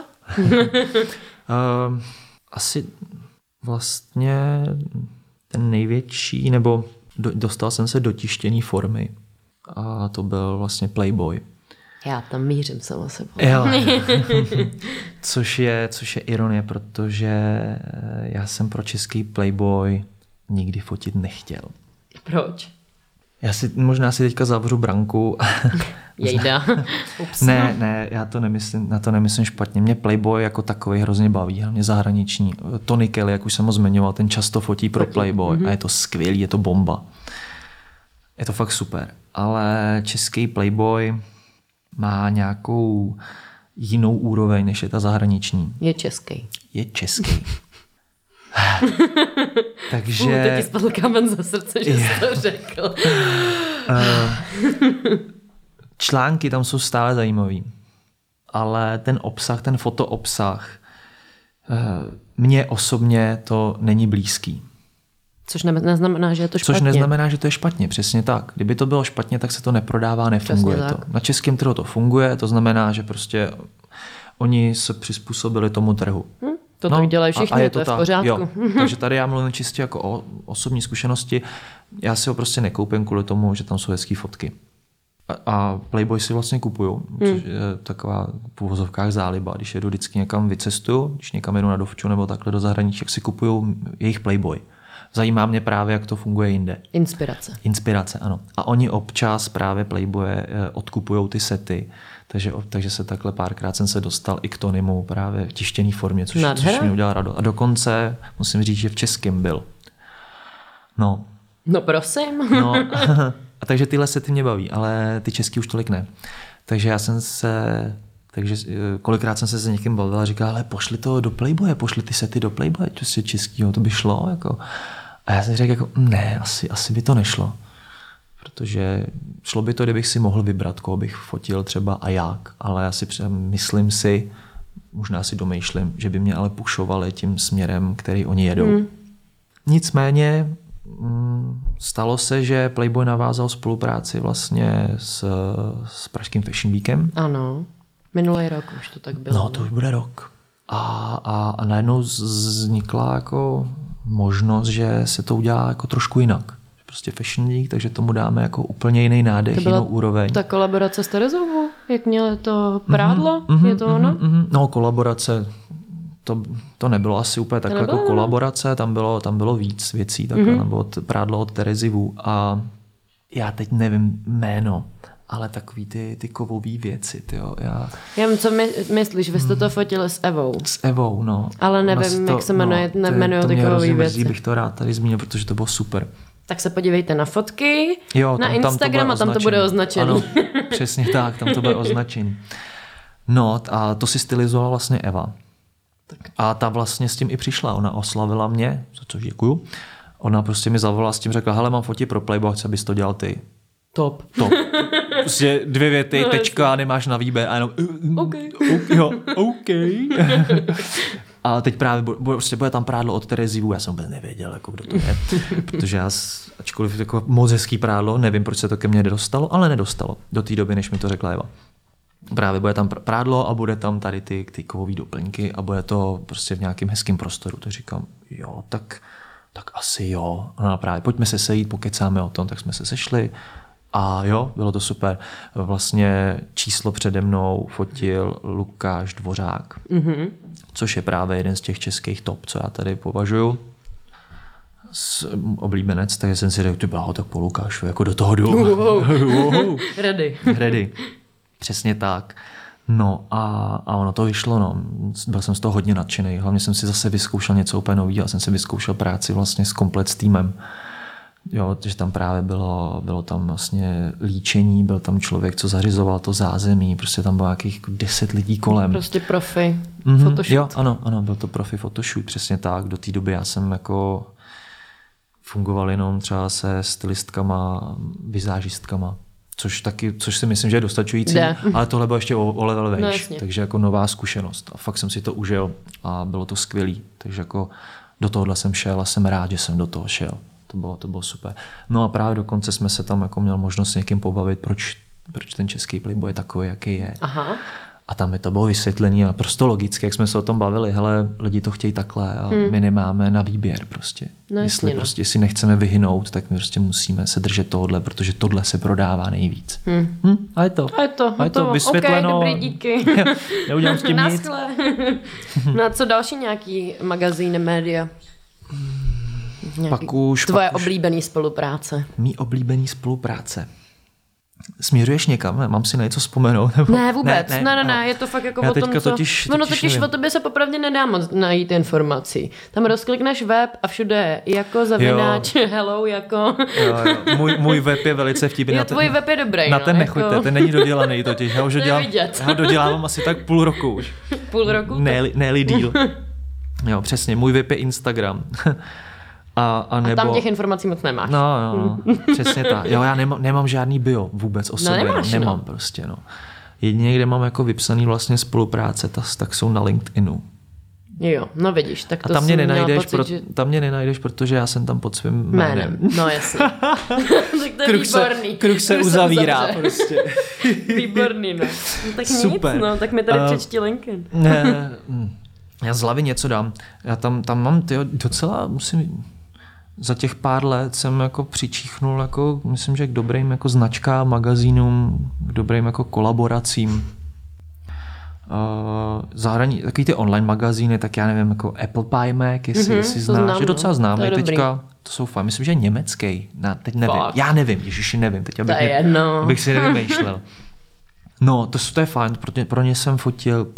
Asi vlastně ten největší, nebo dostal jsem se do tištěné formy. A to byl vlastně Playboy. Já tam mířím sama sebou. Jo. což je ironie, protože já jsem pro český Playboy nikdy fotit nechtěl. Proč? Možná si teďka zavřu branku. Jejda. Ne, já to nemyslím špatně. Mě Playboy jako takový hrozně baví, hlavně zahraniční. Tony Kelly, jak už jsem ho zmiňoval, ten často fotí pro Playboy a je to skvělý, je to bomba. Je to fakt super. Ale český Playboy má nějakou jinou úroveň, než je ta zahraniční. Je český. Takže... Teď ti spadl kámen za srdce, že jsi to řekl. Články tam jsou stále zajímavý. Ale ten obsah, ten fotoobsah, mně osobně to není blízký. Což neznamená, že je to špatně. Což neznamená, že to je špatně, přesně tak. Kdyby to bylo špatně, tak se to neprodává, nefunguje to. Na českém trhu to funguje, to znamená, že prostě oni se přizpůsobili tomu trhu. To tak dělají všichni, to je v pořádku. Jo. Takže tady já mluvím čistě jako o osobní zkušenosti. Já si ho prostě nekoupím kvůli tomu, že tam jsou hezký fotky. A Playboy si vlastně kupuju, což je taková v uvozovkách záliba. Když jedu vždycky někam vycestuju, když někam jedu na dovču nebo takhle do zahraničí, tak si kupuju jejich Playboy. Zajímá mě právě, jak to funguje jinde. Inspirace, ano. A oni občas právě Playboye odkupujou ty sety, takže se takhle párkrát jsem se dostal i k Tonymu právě v tištěné formě, což mi udělalo radost. A dokonce musím říct, že v českém byl. No prosím. A takže tyhle sety mě baví, ale ty český už tolik ne. Takže kolikrát jsem se s někým bavil a říkal, ale pošli to do Playboye, pošli ty sety do Playboye, prostě českýho, to by šlo. Jako. A já jsem řekl, jako, ne, asi by to nešlo. Protože šlo by to, kdybych si mohl vybrat, koho bych fotil třeba a jak, ale já si myslím si, možná si domýšlím, že by mě ale pušovali tím směrem, který oni jedou. Nicméně stalo se, že Playboy navázal spolupráci vlastně s pražským Fashion Weekem. Ano, minulý rok už to tak bylo. No, to už bude rok. A najednou vznikla jako možnost, že se to udělá jako trošku jinak. Prostě Fashion Week, takže tomu dáme jako úplně jiný nádech, jinou úroveň. Ta kolaborace s Terezovou, jak měli to prádlo, je to ono? No, kolaborace, to nebylo asi úplně takhle jako kolaborace, tam bylo víc věcí, takhle, nebo prádlo od Terezy Wu a já teď nevím jméno, ale takový ty kovový věci, tyjo. Já vím, co myslíš, vy jste to fotili s Evou. S Evou, no. Ale nevím, jak se jmenuje, nemenují ty kovový věci. Bych to rád tady zmínil, protože to bylo super. Tak se podívejte na fotky, jo, na Instagram a tam to bude označené. Ano, přesně tak, tam to bude označené. No a to si stylizovala vlastně Eva. Tak. A ta vlastně s tím i přišla, ona oslavila mě, za což děkuju, Ona prostě mi zavolala s tím, řekla, hele, mám fotit pro Playboy, chci, abys to dělal ty. Top. Prostě 2 věty, no, tečka, nemáš na výběr a jenom OK. A teď právě bude tam prádlo od Terezy Wu, já jsem vůbec nevěděl, jako kdo to je, protože já, ačkoliv jako moc hezký prádlo, nevím, proč se to ke mně nedostalo, ale nedostalo do té doby, než mi to řekla Eva. Právě bude tam prádlo a bude tam tady ty kovové doplňky a bude to prostě v nějakém hezkém prostoru. To říkám, jo, tak asi jo. No právě, pojďme se sejít, pokecáme o tom, tak jsme se sešli. A jo, bylo to super. Vlastně číslo přede mnou fotil Lukáš Dvořák, což je právě jeden z těch českých top, co já tady považuju. Oblíbenec, takže jsem si řekl, ty bláho, tak po Lukášu, jako do toho jdu. Ready. Přesně tak. No a ono to vyšlo, no. Byl jsem z toho hodně nadšený. Hlavně jsem si zase vyzkoušel něco úplně nového a jsem si vyzkoušel práci vlastně komplet s týmem. Jo, že tam právě bylo tam vlastně líčení, byl tam člověk, co zařizoval to zázemí, prostě tam bylo nějakých 10 lidí kolem. Prostě profi photoshoot. Jo, ano, byl to profi photoshoot, přesně tak. Do té doby já jsem jako fungoval jenom třeba se stylistkama, vizážistkama, což si myslím, že je dostačující, ale tohle bylo ještě o level vejš, takže jako nová zkušenost. A fakt jsem si to užil a bylo to skvělý, takže jako do tohohle jsem šel a jsem rád, že jsem do toho šel. To bylo super. No a právě dokonce jsme se tam jako měl možnost s někým pobavit, proč ten český Playboy je takový, jaký je. Aha. A tam mi to bylo vysvětlený a prostě logicky, jak jsme se o tom bavili, hele, lidi to chtějí takhle a my nemáme na výběr prostě. No, jestli prostě si nechceme vyhynout, tak my prostě musíme se držet tohohle, protože tohle se prodává nejvíc. A je to vysvětleno. Okay, dobrý, díky. Neudělám s tím nic. No a co další nějaký magazíny, média? Pak už oblíbený spolupráce. Mý oblíbený spolupráce. Směřuješ někam? Mám si na něco vzpomenout? Nebo? Ne, vůbec. Ne, je to fakt jako o tom, co... Totiž o tobě se popravdě nedá moc najít informací. Tam rozklikneš web a všude je jako zavináč, hello, jako... Jo. Můj web je velice vtipný. Tvůj web je dobrý. Na ten nechoďte, ten není dodělaný totiž. Já dodělávám asi tak půl roku už. Půl roku? Ne-li díl. Jo, přesně, můj web je Instagram. A tam těch informací moc nemáš. No, přesně tak. Jo, já nemám žádný bio vůbec o sobě. Nemám prostě, no. Jedině, kde mám jako vypsaný vlastně spolupráce, tak jsou na LinkedInu. Jo, no vidíš, tak to a tam mě nenajdeš, protože já jsem tam pod svým jménem. No jasně. Tak to je výborný. Kruh se uzavírá prostě. Výborný, no. Tak super. Nic, no, tak mi tady přečti LinkedIn. Já z hlavy něco dám. Já tam mám docela, za těch pár let jsem jako přičíchnul, jako, myslím, že k dobrým jako značkám, magazínům, k dobrým jako kolaboracím. Takový ty online magazíny, tak já nevím, jako Apple Pie Mac, jestli znáš, že docela známý teďka. To jsou fajn, myslím, že je německý. Teď nevím. Fakt. Já nevím, ježiši, nevím. Teď abych si nevymýšlel. No, to je fajn, pro ně jsem fotil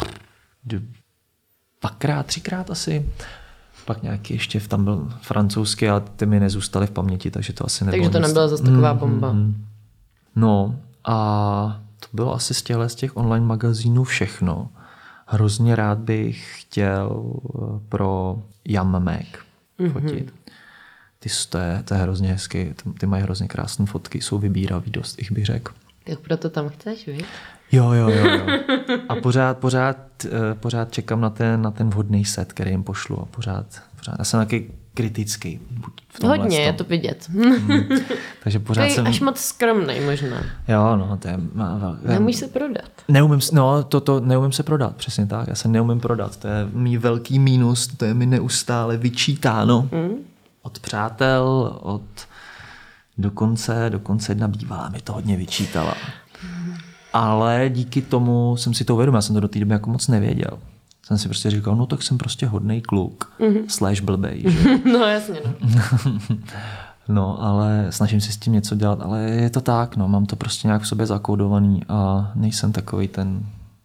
2krát, 3krát asi. Pak nějaký ještě tam byl francouzský a ty mi nezůstaly v paměti, takže to asi nebylo. Takže to nebyla zase taková bomba. No a to bylo asi z těch online magazínů všechno. Hrozně rád bych chtěl pro Yum Mag fotit. To je hrozně hezky, ty mají hrozně krásné fotky, jsou vybíravý dost, bych řekl. Tak proto tam chceš, víš? Jo. A pořád čekám na ten vhodný set, který jim pošlu. A pořád. Já jsem taky kritický. Hodně, je to vidět. Takže pořád jsem... až moc skromnej možná. Jo, no, to je... Neumíš se prodat. Neumím se prodat, přesně tak. Já se neumím prodat. To je mý velký mínus, to je mi neustále vyčítáno. Od přátel, dokonce jedna bývalá mi to hodně vyčítala. Ale díky tomu jsem si to uvědomil, já jsem to do té doby jako moc nevěděl. Jsem si prostě říkal, no tak jsem prostě hodnej kluk, / blbej, že? No jasně, no. No, ale snažím se s tím něco dělat, ale je to tak, no, mám to prostě nějak v sobě zakódovaný a nejsem takovej ten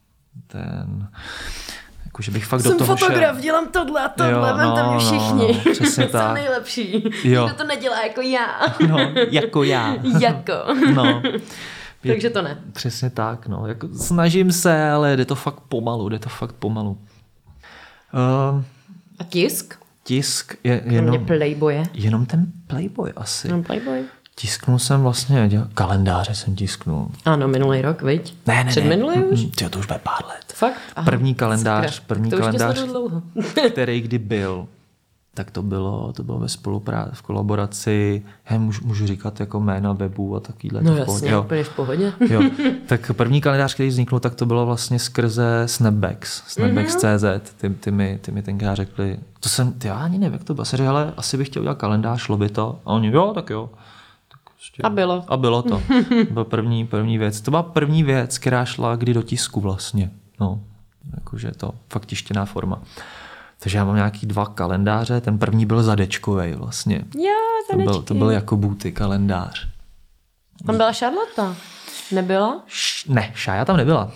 jakože bych fakt do toho šel. Jsem fotograf, dělám tohle a tohle, vemte mě všichni. No, přesně tak. Jsem nejlepší. Nikdo to nedělá jako já. No, jako já. No. Takže to ne. Přesně tak, no. Jako, snažím se, ale jde to fakt pomalu. A tisk? tisk Kromě Playboye. Jenom ten Playboy asi. No, Playboy. Tisknul jsem vlastně, kalendáře jsem tisknul. Ano, minulý rok, viď? Ne. Předminulý už? Tyjo, to už bude pár let. Fakt? Aha, První kalendář, dlouho. který kdy byl, tak to bylo ve spolupráci, v kolaboraci, můžu říkat jako jména webů a takovýhle. No jasně, úplně v pohodě. Jo. Tak první kalendář, který vznikl, tak to bylo vlastně skrze Snapbacks.cz. Ty mi tenkrát řekli, já ani nevím, jak to bylo. Říkali, ale asi bych chtěl udělat kalendář, šlo by to. A oni, jo, tak jo. A bylo. A bylo to. To byla první věc. To byla první věc, která šla kdy do tisku vlastně. No, jakože to fakt tištěná forma. Takže já mám nějaký 2 kalendáře, ten první byl zadečkovej vlastně. Jo, zadečky. To byl jako Booty kalendář. Tam byla Charlotte? Nebyla? Ne, Šája tam nebyla.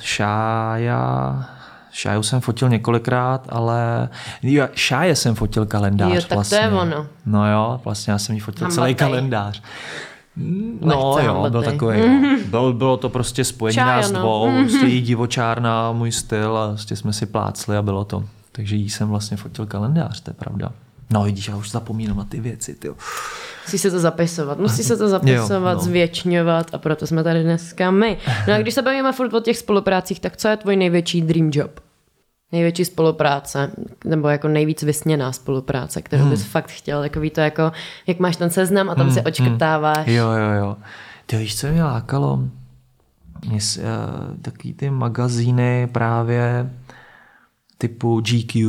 Šáju jsem fotil několikrát, ale Šáje jsem fotil kalendář. Jo, tak vlastně. to je ono. No jo, vlastně já jsem jí fotil celý kalendář. No Lehce jo, byl takový. Bylo to prostě spojení nás dvou, prostě jí divočárna, můj styl a prostě jsme si plácli a bylo to. Takže jí jsem vlastně fotil kalendář, to je pravda. No vidíš, já už zapomínám na ty věci, tyjo. Musí se to zapisovat, zvětšňovat a proto jsme tady dneska my. No a když se bavíme furt o těch spoluprácích, tak co je tvůj největší dream job? Největší spolupráce, nebo jako nejvíc vysněná spolupráce, kterou bys fakt chtěl, takový to jako, jak máš ten seznam a tam si očkrtáváš. Jo. Ty víš, co mě lákalo? Takový ty magazíny právě typu GQ,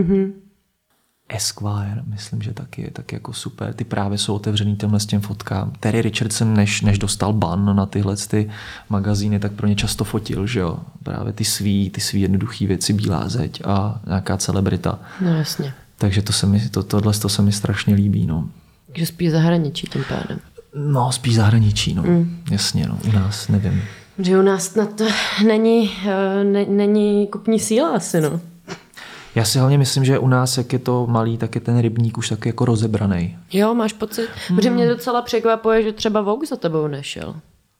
Esquire, myslím, že taky jako super. Ty právě jsou otevřený těmhle s těm fotkám. Terry Richardson, než dostal ban na tyhle ty magazíny, tak pro ně často fotil, že jo. Právě ty svý jednoduchý věci, bílá zeď a nějaká celebrita. No jasně. Takže tohle se mi strašně líbí, no. Takže spíš zahraničí tím pádem. No, spíš zahraničí, no. Jasně, no. U nás nevím. Že u nás na to není kupní síla asi, no. Já si hlavně myslím, že u nás, jak je to malý, tak je ten rybník už taky jako rozebraný. Jo, máš pocit? Protože mě docela překvapuje, že třeba Vogue za tebou nešel.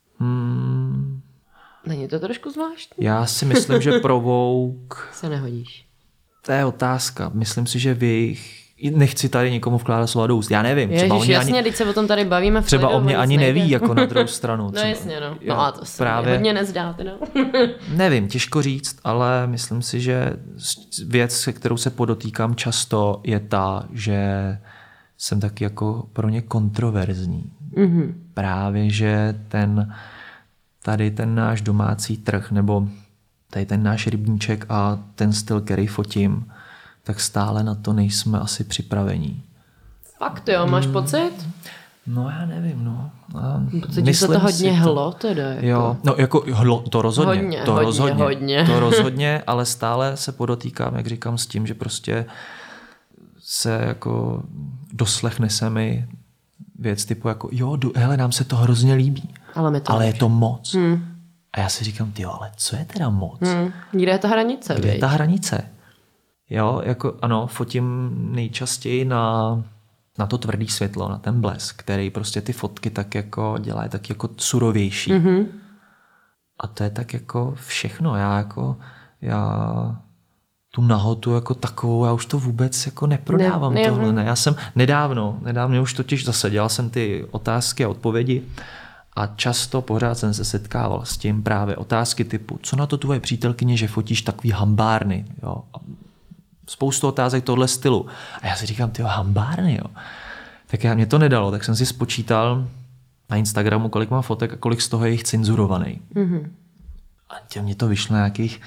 Není to trošku zvláštní? Já si myslím, že pro Vogue se nehodíš. To je otázka. Myslím si, že nechci tady někomu vkládat slova do úst. Já nevím. Ježiš, jasně, teď se o tom tady bavíme. Třeba o mě ani neví, jako na druhou stranu. No jasně, no. No a to se hodně nezdá, teda. Nevím, těžko říct, ale myslím si, že věc, se kterou se podotýkám často, je ta, že jsem taky jako pro ně kontroverzní. Právě, že tady ten náš domácí trh, nebo tady ten náš rybníček a ten styl, který fotím, tak stále na to nejsme asi připravení. Fakt jo, máš pocit? No já nevím, no. Pocit, že se to hodně hlo teda. Jako. Jo, no jako hlo, to rozhodně. Hodně. To rozhodně, ale stále se podotýkám, jak říkám, s tím, že prostě se jako doslechne se mi věc typu jako hele, nám se to hrozně líbí. Ale je to moc. A já si říkám, ale co je teda moc? Kde je ta hranice? Kde je ta hranice? Jo, jako ano, fotím nejčastěji na to tvrdý světlo, na ten blesk, který prostě ty fotky tak jako dělá tak jako surovější. A to je tak jako všechno. Já tu nahotu jako takovou, já už to vůbec jako neprodávám tohle. Ne. Já jsem nedávno už totiž zase dělal jsem ty otázky a odpovědi a často pořád jsem se setkával s tím právě otázky typu, co na to tvoje přítelkyně, že fotíš takový hambárny, jo. Spoustu otázek tohle stylu. A já si říkám, hambárny, jo. Tak mě to nedalo, tak jsem si spočítal na Instagramu, kolik mám fotek a kolik z toho je jich cenzurovaný. A mě to vyšlo nějakých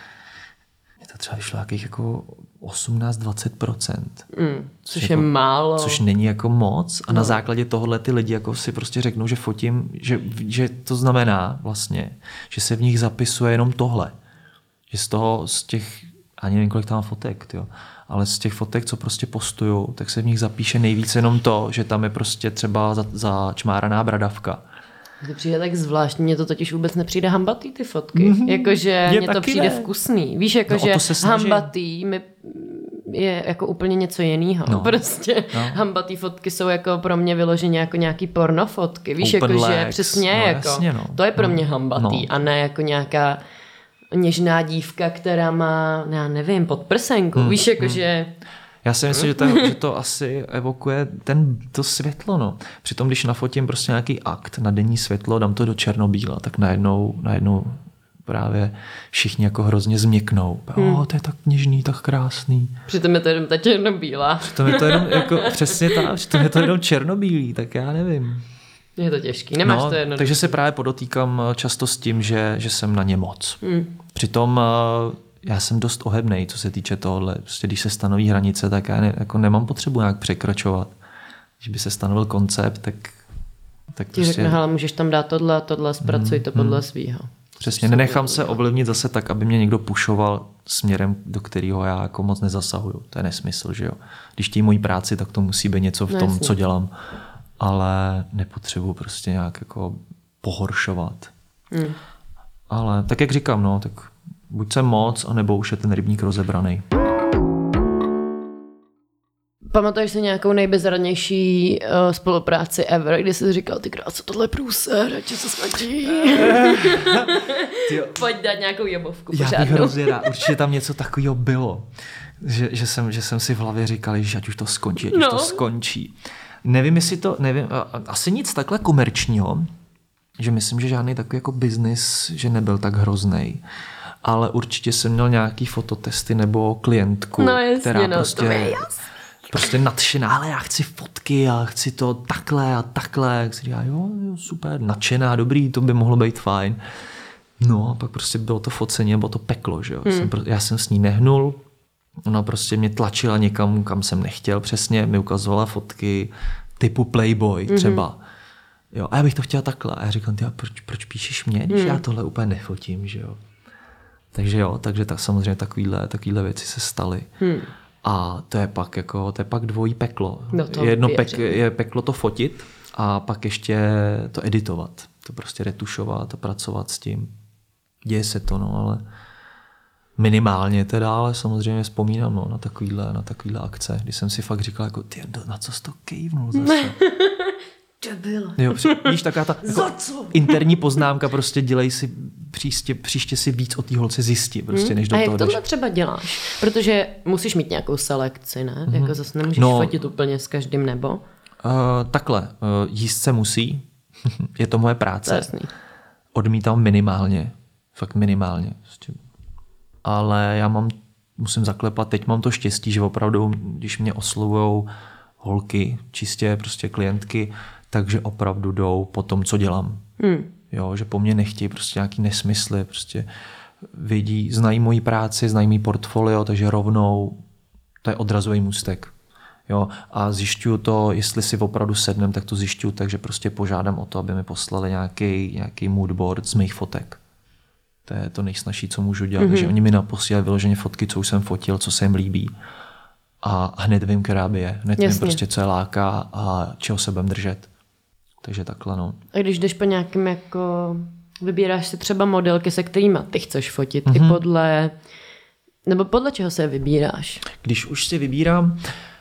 jako 18-20%. Což je málo. Což není jako moc. A na základě tohohle ty lidi jako si prostě řeknou, že fotím, že to znamená vlastně, že se v nich zapisuje jenom tohle. Že z těch, ani nevím, kolik tam mám fotek, ale z těch fotek, co prostě postuju, tak se v nich zapíše nejvíce jenom to, že tam je prostě třeba začmáraná bradavka. To přijde tak zvláštní, mně to totiž vůbec nepřijde hambatý ty fotky. Jakože mně to přijde vkusný. Víš, jakože hambatý je jako úplně něco jiného. No. Prostě hambatý fotky jsou jako pro mě vyloženě jako nějaký pornofotky. Víš, jakože přesně jako. Jasně, to je pro mě hambatý a ne jako nějaká něžná dívka, která má, já nevím, podprsenku. Víš, jakože Já si myslím, že to asi evokuje to světlo, no. Přitom, když nafotím prostě nějaký akt na denní světlo, dám to do černobíla, tak najednou právě všichni jako hrozně změknou. To je tak něžný, tak krásný. Přitom je to jenom ta černobílá. Přitom je to jenom jako přesně tak, přitom je to jenom černobílý, tak já nevím. Je to těžký, nemáš to jednoduché. Takže se právě podotýkám často s tím, že jsem na ně moc. Přitom já jsem dost ohebnej, co se týče tohohle. Prostě když se stanoví hranice, tak já jako nemám potřebu nějak překračovat. Když by se stanovil koncept, tak ti prostě... řekne, hele, můžeš tam dát tohle, zpracuj to podle svýho. Přesně, nenechám se ovlivnit zase tak, aby mě někdo pušoval směrem, do kterého já jako moc nezasahuju. To je nesmysl, že jo. Když chtějí moji práci, tak to musí být něco v tom, co dělám. Ale nepotřebuji prostě nějak jako pohoršovat. Ale tak jak říkám, no, tak buď jsem moc, anebo už je ten rybník rozebraný. Pamatuješ si nějakou nejbezradnější spolupráci ever, kdy jsi říkal, ty kráso, tohle je průser, ať se skončí. Pojď dát nějakou jobovku pořádnou. Já bych hrozně rád, určitě tam něco takového bylo. Že jsem si v hlavě říkal, že ať už to skončí, to skončí. Nevím, asi nic takhle komerčního, že myslím, že žádný takový jako biznis, že nebyl tak hroznej. Ale určitě jsem měl nějaký fototesty nebo klientku, která prostě nadšená, ale já chci fotky a chci to takhle a takhle. Jak si říká, jo, super, nadšená, dobrý, to by mohlo být fajn. No a pak prostě bylo to focení, bylo to peklo, že jo. Já jsem s ní nehnul, ona prostě mě tlačila někam, kam jsem nechtěl přesně, mi ukazovala fotky typu Playboy třeba. Jo, a já bych to chtěla takhle. A já říkám, proč píšeš mě, když já tohle úplně nefotím, že jo. Takže tak samozřejmě takovýhle věci se staly. A to je pak dvojí peklo. No je peklo to fotit a pak ještě to editovat. To prostě retušovat a pracovat s tím. Děje se to, no, ale minimálně teda, ale samozřejmě vzpomínám na takovýhle akce, kdy jsem si fakt říkal, jako, ty, na co jsi to kejvnul zase? Jo, víš, taková ta jako interní poznámka, prostě dělej si příště si víc o té holce zjistí, prostě, než do toho jdeš. A jak tohle třeba děláš? Protože musíš mít nějakou selekci, ne? Jako zase nemůžeš fotit úplně s každým nebo? Takhle, jíst se musí, je to moje práce. Jasný. Odmítám minimálně, fakt minimálně. Ale já musím zaklepat, teď mám to štěstí, že opravdu, když mě oslovujou holky, čistě prostě klientky, takže opravdu jdou po tom, co dělám. Jo, že po mně nechtějí prostě nějaký nesmysly, prostě znají moji práci, znají mý portfolio, takže rovnou to je odrazový můstek. Jo, a zjišťuju to, jestli si opravdu sednem, tak to zjišťuju, takže prostě požádám o to, aby mi poslali nějaký moodboard z mých fotek. To je to nejsnažší, co můžu dělat. Takže oni mi naposílají vyloženě fotky, co už jsem fotil, co se jim líbí. A hned vím, která by je. Hned vím prostě, co je láká a čeho se budem držet. Takže takhle, no. A když jdeš po nějakým jako... Vybíráš si třeba modelky, se kterými ty chceš fotit i podle čeho se vybíráš? Když už si vybírám,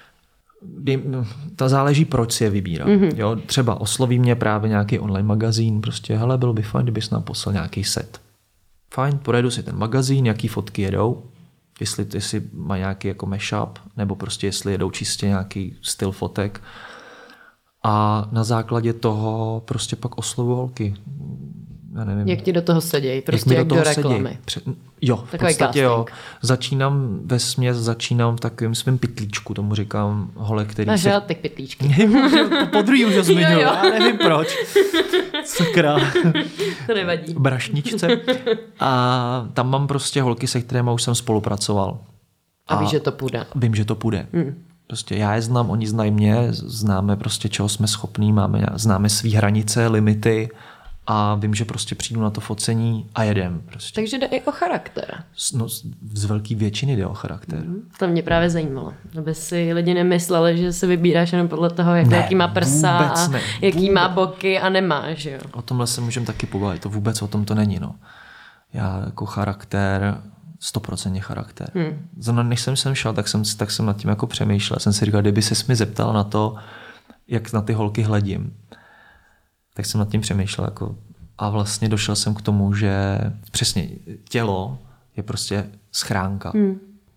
to záleží, proč si je vybírám. Jo, třeba osloví mě právě nějaký online magazín, prostě, hele, bylo by fajn, kdybys nám poslal nějaký set. Fajn, projedu si ten magazín, jaký fotky jedou, jestli má nějaký jako mashup, nebo prostě jestli jedou čistě nějaký styl fotek. A na základě toho prostě pak oslovu holky. Já nevím. Jak ti do toho sedějí, prostě jak do reklamy. Jo, v podstatě jo. Začínám v takovém svém pytlíčku, tomu říkám hole, který máš rád ty pytlíčky. Podruhý už ho zmiňuji, já nevím proč. Sakra. To nevadí. Brašničce. A tam mám prostě holky, se kterými už jsem spolupracoval. A víš, že to půjde. Vím, že to půjde. Prostě já je znám, oni znají mě, známe prostě, čeho jsme schopní, známe svý hranice, limity a vím, že prostě přijdu na to focení a jedem. Prostě. Takže jde i o charakter. No, z velké většiny jde o charakter. To mě právě zajímalo. Aby si lidi nemysleli, že se vybíráš jenom podle toho, jaký má prsa a jaký má boky a nemá, že jo. O tomhle se můžeme taky pobavit, to vůbec o tom to není, no. Já jako charakter, 100% charakter. Než jsem sem šel, tak jsem nad tím jako přemýšlel. Jsem si říkal, kdyby ses mi zeptal na to, jak na ty holky hledím, tak jsem nad tím přemýšlel. Jako, a vlastně došel jsem k tomu, že přesně tělo je prostě schránka.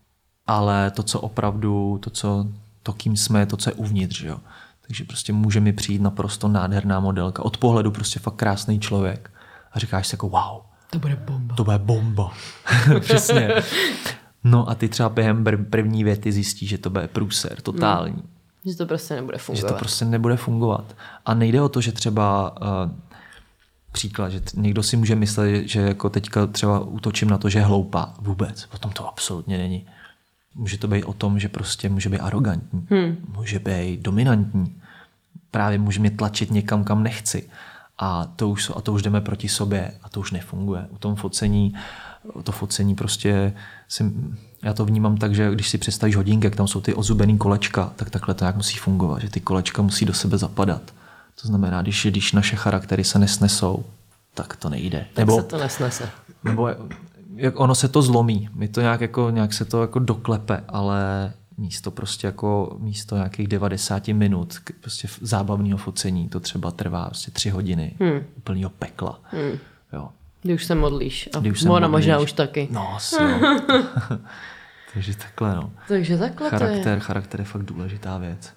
ale to, co opravdu, to, kým jsme, to, co je uvnitř, jo. Takže prostě může mi přijít naprosto nádherná modelka. Od pohledu prostě fakt krásný člověk. A říkáš si jako wow. To bude bomba. To bude bomba. Přesně. No a ty třeba během první věty zjistíš, že to bude průser, totální. Že to prostě nebude fungovat. Že to prostě nebude fungovat. A nejde o to, že třeba příklad, že někdo si může myslet, že jako teďka třeba útočím na to, že je hloupá. Vůbec. O tom to absolutně není. Může to být o tom, že prostě může být arrogantní. Může být dominantní. Právě může mě tlačit někam, kam nechci. A to už jdeme proti sobě a to už nefunguje. U tom focení prostě já to vnímám tak, že když si představíš hodinky, jak tam jsou ty ozubený kolečka, tak takhle to jak musí fungovat, že ty kolečka musí do sebe zapadat. To znamená, když naše charaktery se nesnesou, tak to nejde. Tak se to nesnese. Nebo jak ono se to zlomí, my to nějak se to jako doklepe, ale místo nějakých 90 minut prostě zábavného focení to třeba trvá prostě 3 hodiny úplného pekla. Jo. Kdy už se modlíš. A ona možná už taky. No, jo. Takže takhle, no. Takže takhle Charakter je fakt důležitá věc.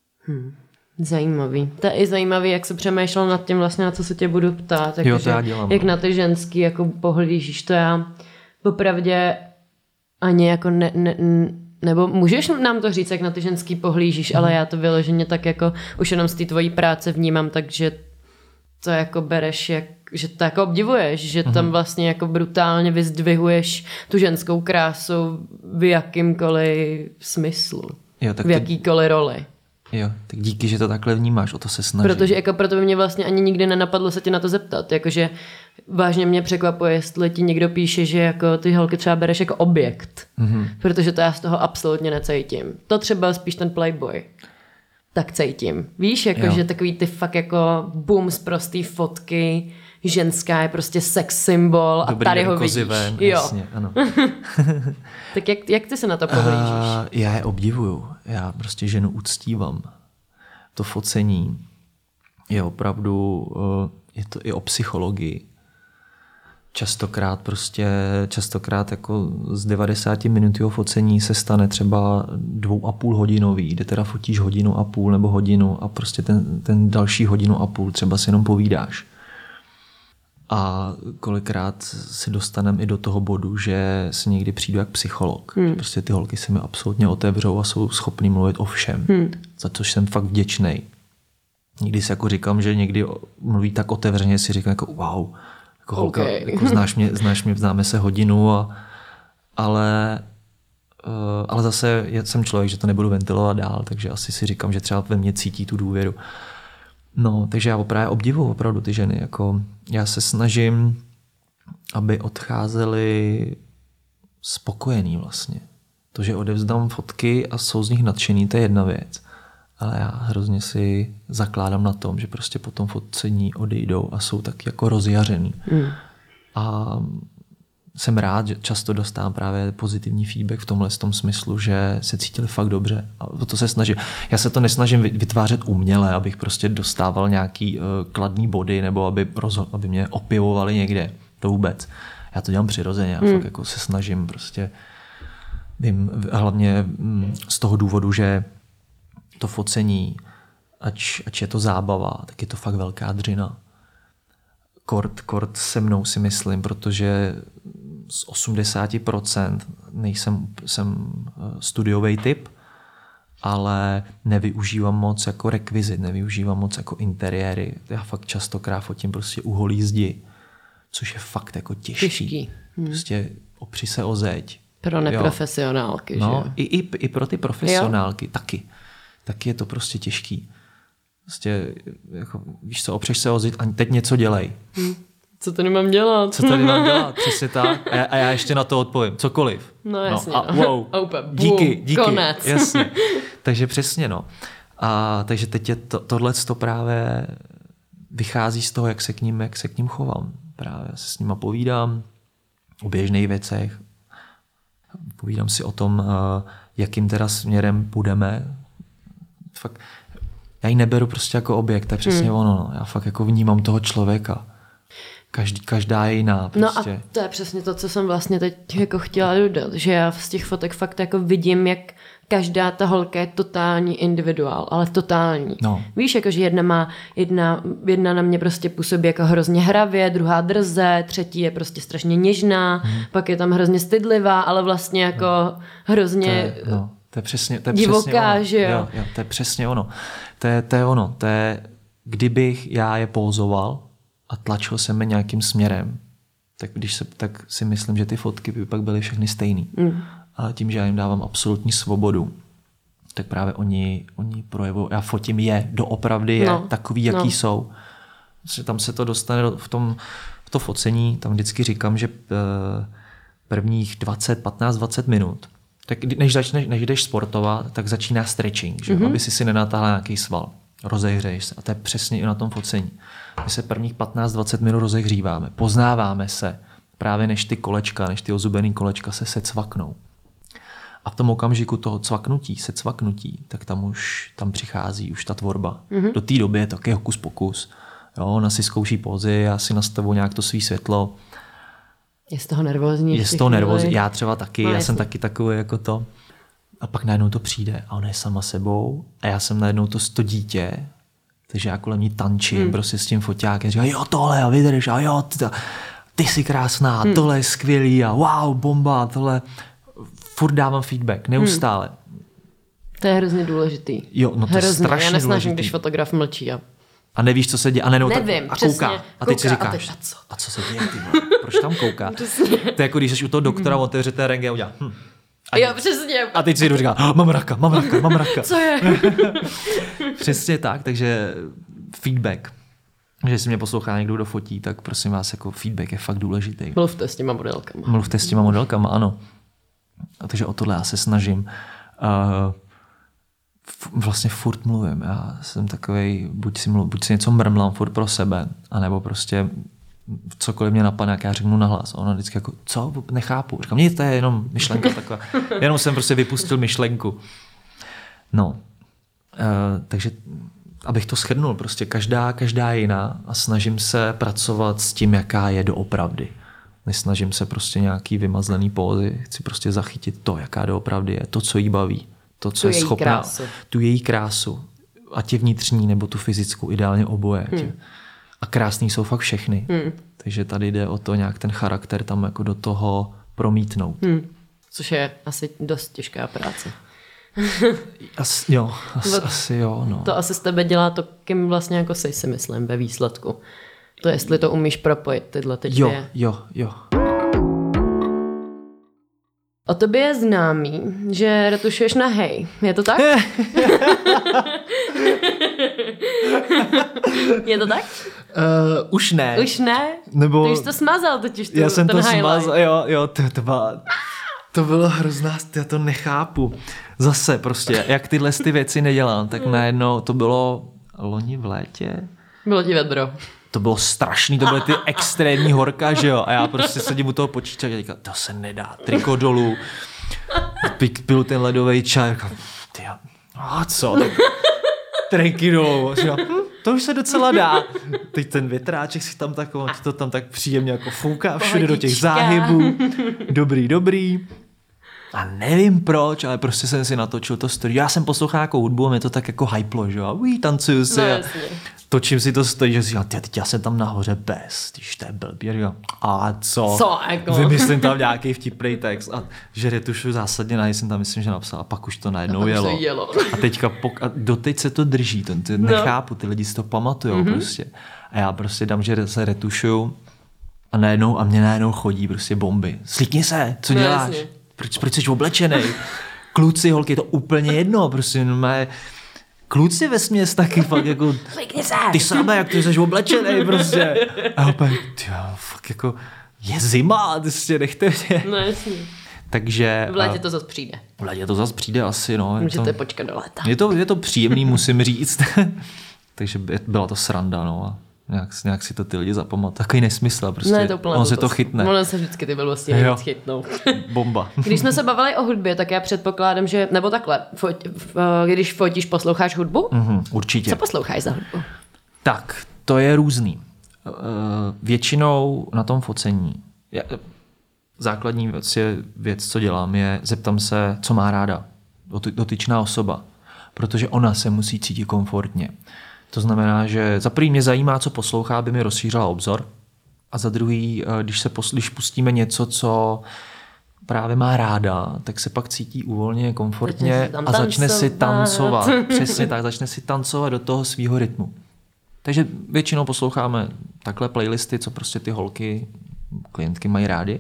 Zajímavý. To je i zajímavý, jak se přemýšlel nad tím vlastně, na co se tě budu ptát. Jo, to já dělám. Jak na ty ženský jako pohlížíš, to já popravdě ani jako nebo můžeš nám to říct, jak na ty ženský pohlížíš, ale já to vyloženě tak jako už jenom z té tvojí práce vnímám, takže to jako bereš, že to jako obdivuješ, že tam vlastně jako brutálně vyzdvihuješ tu ženskou krásu v jakýmkoliv smyslu. Jo, tak v jakýkoliv roli. Jo, tak díky, že to takhle vnímáš, o to se snažím. Protože jako proto by mě vlastně ani nikdy nenapadlo se tě na to zeptat. Jakože vážně mě překvapuje, jestli ti někdo píše, že jako ty holky třeba bereš jako objekt. Protože to já z toho absolutně necítím. To třeba spíš ten Playboy. Tak cítím. Víš, jako že takový ty fakt jako booms prostý fotky, ženská je prostě sex symbol a dobrý, tady ho vidíš. Ven, jo. Jasně, ano. Tak jak ty se na to pohlížíš? Já je obdivuju. Já prostě ženu uctívám. To focení je opravdu, je to i o psychologii. Častokrát jako z 90 minutového focení se stane třeba 2,5 hodinový, kde teda fotíš 1,5 hodiny nebo hodinu a prostě ten další 1,5 hodiny třeba si jenom povídáš. A kolikrát si dostaneme i do toho bodu, že si někdy přijdu jak psycholog. Že prostě ty holky se mi absolutně otevřou a jsou schopný mluvit o všem. Za což jsem fakt vděčnej. Někdy si jako říkám, že někdy mluví tak otevřeně, si říkám jako wow, jako holka, jako znáš mě, známe se hodinu, ale zase jsem člověk, že to nebudu ventilovat dál, takže asi si říkám, že třeba ve mně cítí tu důvěru. No, takže já právě obdivuju opravdu ty ženy. Jako, já se snažím, aby odcházely spokojený vlastně. To, že odevzdám fotky a jsou z nich nadšený, to je jedna věc. Ale já hrozně si zakládám na tom, že prostě po tom focení odejdou a jsou tak jako rozjařený. A jsem rád, že často dostávám právě pozitivní feedback v tomhle smyslu, že se cítili fakt dobře. A o to se snažím. Já se to nesnažím vytvářet uměle, abych prostě dostával nějaký kladný body nebo aby mě opivovali někde. To vůbec. Já to dělám přirozeně. Já fakt jako se snažím prostě hlavně z toho důvodu, že to focení, ač je to zábava, tak je to fakt velká dřina. Kort se mnou si myslím, protože z 80% jsem studiový typ, ale nevyužívám moc jako rekvizit, nevyužívám moc jako interiéry. Já fakt častokrát fotím prostě uholí zdi, což je fakt jako těžký. Prostě opři se o zeď. Pro neprofesionálky, no, že? I pro ty profesionálky taky. Taky je to prostě těžký. Prostě, jako, víš co, opřeš se o zeď a teď něco dělej. Co tady mám dělat? Přesně tak. A já ještě na to odpovím. Cokoliv. No jasně. No, a wow. Díky. Konec. Jasně. Takže přesně, no. A takže teď je tohleto právě vychází z toho, jak se k ním chovám. Právě se s nima povídám o běžných věcech. Povídám si o tom, jakým teda směrem půjdeme. Fakt, já ji neberu prostě jako objekt, to je přesně ono. No. Já fakt jako vnímám toho člověka. každá je jiná. Prostě. No a to je přesně to, co jsem vlastně teď jako chtěla dodat, že já z těch fotek fakt jako vidím, jak každá ta holka je totální individuál, ale totální. No. Víš, jako, že jedna na mě prostě působí jako hrozně hravě, druhá drze, třetí je prostě strašně něžná, pak je tam hrozně stydlivá, ale vlastně jako hrozně to je přesně divoká, ono. že jo? Jo, to je přesně ono. To je ono. To je, kdybych já je pózoval a tlačil jsem je nějakým směrem, tak si myslím, že ty fotky by pak byly všechny stejný. A tím, že já jim dávám absolutní svobodu, tak právě oni projevují, já fotím je, doopravdy je takový, jaký jsou. Tam se to dostane v to focení, tam vždycky říkám, že prvních 15-20 minut, tak než jdeš sportovat, tak začíná stretching, že? Aby si nenatáhla nějaký sval. Rozehřeješ se. A to je přesně i na tom focení. My se prvních 15-20 minut rozehříváme, poznáváme se, právě než ty ozubený kolečka se secvaknou. A v tom okamžiku toho secvaknutí, tak tam přichází už ta tvorba. Do té doby je taky hokus pokus. Jo, ona si zkouší pózy, já si nastavu nějak to svý světlo. Je z toho nervózní. Já třeba taky, já jsem taky takový jako to. A pak najednou to přijde a ona je sama sebou a já jsem najednou to dítě, takže já kolem ní tančím prostě s tím foťákem, říkám, jo tohle a vydrž a jo ty jsi krásná, tohle je skvělý a wow, bomba, tohle. Furt dávám feedback, neustále. To je hrozně důležitý. Jo, no to je strašně Já nesnáším, důležitý. když fotograf mlčí. A nevíš, co se děje. A nevím, a kouká. A teď si říkáš, a co se děje, ty vole? Proč tam kouká? To je jako když jsi u toho doktora, otevře ten rentgen a udělá. Jo, přesně. A teď si jdu říká, mám raka. Co je? Přesně tak, takže feedback. Že jestli mě poslouchá někdo, kdo fotí, tak prosím vás, jako feedback je fakt důležitý. Mluvte s těma modelkama. Ano. A takže o tohle já se snažím. Vlastně furt mluvím. Já jsem takovej, buď si něco mrmlám furt pro sebe, anebo prostě cokoliv mě napadne, jak já řeknu nahlas. A ona vždycky jako, co? Nechápu. Říkám, to je jenom myšlenka taková. Jenom jsem prostě vypustil myšlenku. No. Takže abych to shrnul, prostě každá je jiná a snažím se pracovat s tím, jaká je doopravdy. Nesnažím se prostě nějaký vymazlený pózy, chci prostě zachytit to, jaká doopravdy je, to, co jí baví, to, co je schopná, tu její krásu, ať je vnitřní, nebo tu fyzickou, ideálně oboje. A krásný jsou fakt všechny. Takže tady jde o to nějak ten charakter tam jako do toho promítnout. Což je asi dost těžká práce. Asi jo. No. To asi z tebe dělá to, kým vlastně jako sej, si myslím, ve výsledku. To jestli to umíš propojit, tyhle ty dvě. Jo. O tobě je známý, že retušuješ na hej. Je to tak? Je to tak? Už ne. Už ne? Nebo... Ty už to smazal totiž Já jsem ten to highlight. smazal, jo, to bylo hrozná, já to nechápu. Zase prostě, jak tyhle ty věci nedělám, tak najednou to bylo loni v létě. Bylo ti vedro. To bylo strašný, to byly ty extrémní horka, že jo? A já prostě sedím u toho počítače a říkám, to se nedá, triko dolů. Pil ten ledový čaj, a co? Tak trenky dolů. To už se docela dá. Teď ten větráček si tam takový, to tam tak příjemně jako fouká všude do těch záhybů. Dobrý. A nevím proč, ale prostě jsem si natočil to story. Já jsem poslouchal nějakou hudbu a mě to tak jako hyplo, že jo? Tancuju si a točím si to story, že si říkám, teď já jsem tam nahoře bez, když to je blbě, říkám, a co? Co jako? Vymyslím tam nějaký vtipnej text a že retušuju zásadně na jsem tam myslím, že napsal a pak už to najednou jelo. A teďka, a doteď se to drží, nechápu, ty lidi si to pamatujou prostě. A já prostě dám, že se retušuju a mě najednou chodí prostě bomby. Slíkni se, co děláš? Jasně. Proč jsi oblečený? Kluci, holky, je to úplně jedno, prostě kluci vesměs taky fakt jako ty samé, jak ty jsi oblečený prostě. A opět, fakt jako je zima, prostě nechte mě. No jasně. Takže v létě to zase přijde. V létě to zase přijde asi, no. Můžete počkat do léta. Je to příjemný, musím říct. Takže byla to sranda, no. Nějak si to ty lidi zapamatují. Takový nesmysl, prostě. Ne, to on se to chytne. Ono se vždycky ty blbosti nejvíc chytnou. Bomba. Když jsme se bavili o hudbě, tak já předpokládám, že, nebo takhle, když fotíš, posloucháš hudbu? Určitě. Co posloucháš za hudbu? Tak, to je různý. většinou na tom focení, základní věc, co dělám, je zeptám se, co má ráda dotyčná osoba, protože ona se musí cítit komfortně. To znamená, že za první mě zajímá, co poslouchá, aby mi rozšířila obzor, a za druhý, když pustíme něco, co právě má ráda, tak se pak cítí uvolně, komfortně a začne si tancovat. Přesně tak, začne si tancovat do toho svýho rytmu. Takže většinou posloucháme takhle playlisty, co prostě ty holky, klientky mají rády.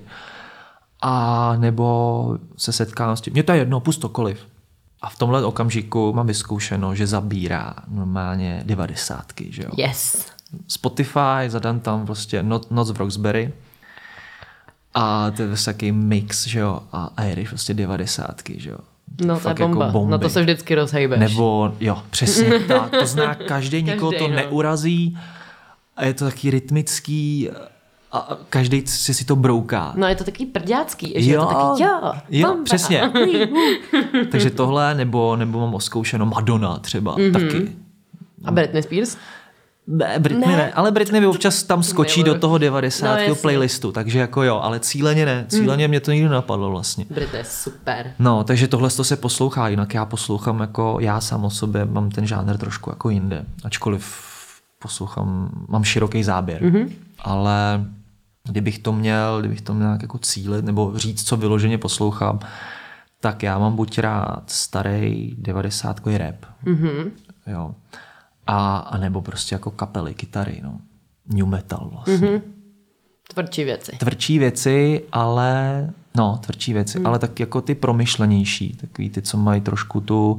A nebo se setkám s tím, mně to je jedno, pust cokoliv. A v tomhle okamžiku mám vyzkoušeno, že zabírá normálně 90, že jo. Yes. Spotify, zadám tam prostě Noc v Roxbury a to je takový mix, že jo, a Irish prostě 90, že jo. No to je bomba, jako no to se vždycky rozhejbeš. Nebo, jo, přesně tak, to zná každý, nikoho to neurazí a je to taky rytmický a každý si to brouká. No je to takový prďácký, že jo, je to taky jo, přesně. Takže tohle, nebo mám oskoušeno Madonna třeba taky. A Britney Spears? Britney ne, ale Britney by občas tam skočí do toho 90. playlistu, takže jako jo, ale cíleně ne, cíleně mě to nikdy nenapadlo vlastně. Britney je super. No, takže tohle to se poslouchá, jinak já poslouchám jako, já sám o sobě mám ten žánr trošku jako jinde, ačkoliv poslouchám, mám široký záběr, ale kdybych to měl nějak jako cílit, nebo říct, co vyloženě poslouchám, tak já mám buď rád starý 90kový rap, jo, a nebo prostě jako kapely, kytary, no. New metal vlastně. Tvrdší věci, ale ale tak jako ty promyšlenější, takový ty, co mají trošku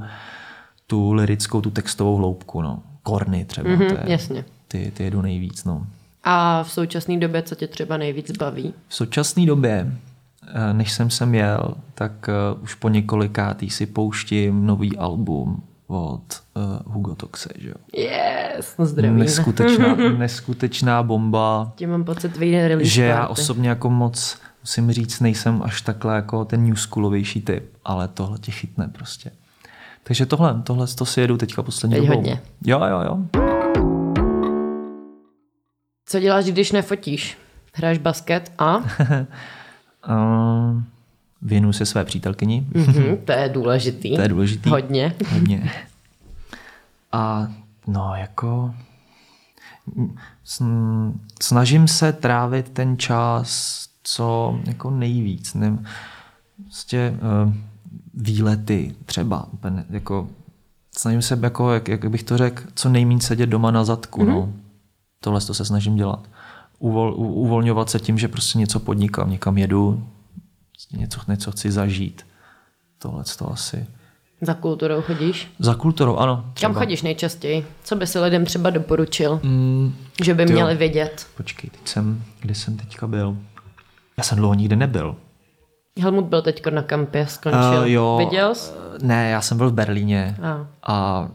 tu lyrickou, tu textovou hloubku, no. Korny třeba, jasně. Ty jedu nejvíc, no. A v současné době, co tě třeba nejvíc baví? V současné době, než jsem sem jel, tak už po několikátý si pouštím nový album od Hugo Toxe, že jo. Yes, no zdraví. Neskutečná bomba. Tím mám pocit vyjde release že party. Já osobně jako moc, musím říct, nejsem až takhle jako ten newschoolovější typ, ale tohle tě chytne prostě. Takže tohle to si jedu teďka poslední dobou. Hodně. Jo. Co děláš, když nefotíš? Hráš basket a? Věnuju se své přítelkyni. To je důležitý. Hodně. A no jako snažím se trávit ten čas co jako nejvíc. Prostě výlety třeba. Jako, snažím se jako, jak bych to řekl, co nejméně sedět doma na zadku. No. Tohle to se snažím dělat. Uvolňovat se tím, že prostě něco podnikám, někam jedu, něco chci zažít. Tohle to asi. Za kulturou chodíš? Za kulturou, ano. Třeba. Kam chodíš nejčastěji? Co by si lidem třeba doporučil? Že by měli vědět? Počkej, kde jsem teďka byl? Já jsem dlouho nikde nebyl. Helmut byl teďko na kampě, skončil. Jo, viděl jsi? Ne, já jsem byl v Berlíně. A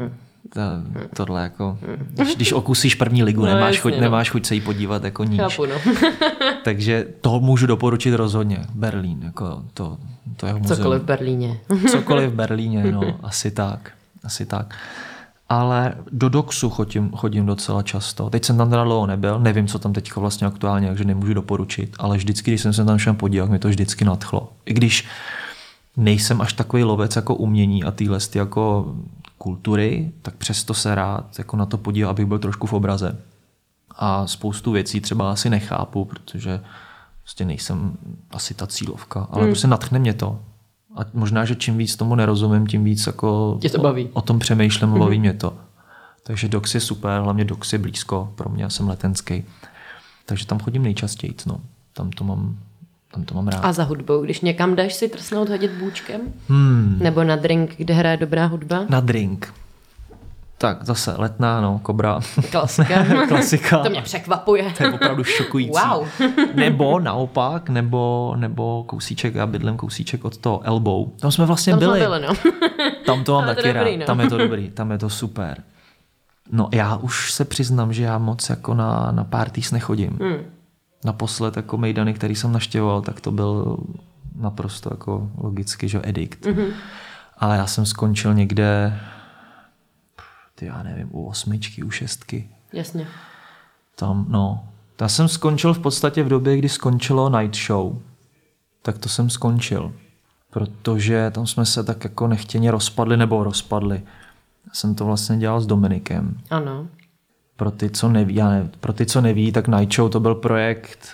tohle jako, když okusíš první ligu, nemáš chuť se jí podívat jako níž. Chápu, no. Takže toho můžu doporučit rozhodně. Berlín, jako to je muzeum. Cokoliv v Berlíně. Cokoliv v Berlíně, no, asi tak. Ale do Doxu chodím docela často. Teď jsem tam teda dlouho nebyl, nevím, co tam teď vlastně aktuálně, takže nemůžu doporučit, ale vždycky, když jsem se tam šel podívat, mě to vždycky nadchlo. I když nejsem až takový lovec jako umění a tyhle jako kultury, tak přesto se rád jako na to podívám, abych byl trošku v obraze. A spoustu věcí třeba asi nechápu, protože prostě nejsem asi ta cílovka, ale prostě nadchne mě to. A možná, že čím víc tomu nerozumím, tím víc jako tě to baví. O tom přemýšlím a baví mě to. Takže Dox je super, hlavně Dox je blízko, pro mě, já jsem letenský. Takže tam chodím nejčastěji, no. Tam to mám rád. A za hudbou, když někam jdeš si trsnout hodit bůčkem? Nebo na drink, kde hraje dobrá hudba? Na drink. Tak zase Letná, no, Kobra. Klasika. To mě překvapuje. To je opravdu šokující. Wow. Nebo naopak, nebo kousíček, já bydlím kousíček od toho Elbow. Tam jsme vlastně byli. No. Tam to mám taky rád. No. Tam je to dobrý, tam je to super. No já už se přiznám, že já moc jako na parties nechodím. Naposled jako mejdany, který jsem naštěvoval, tak to byl naprosto jako logicky, že edikt. Ale já jsem skončil někde, já nevím, u 8, u 6. Jasně. Tam, no. Já jsem skončil v podstatě v době, kdy skončilo Night Show. Tak to jsem skončil. Protože tam jsme se tak jako nechtěně rozpadli. Já jsem to vlastně dělal s Dominikem. Ano. Pro ty, co neví, tak Night Show to byl projekt.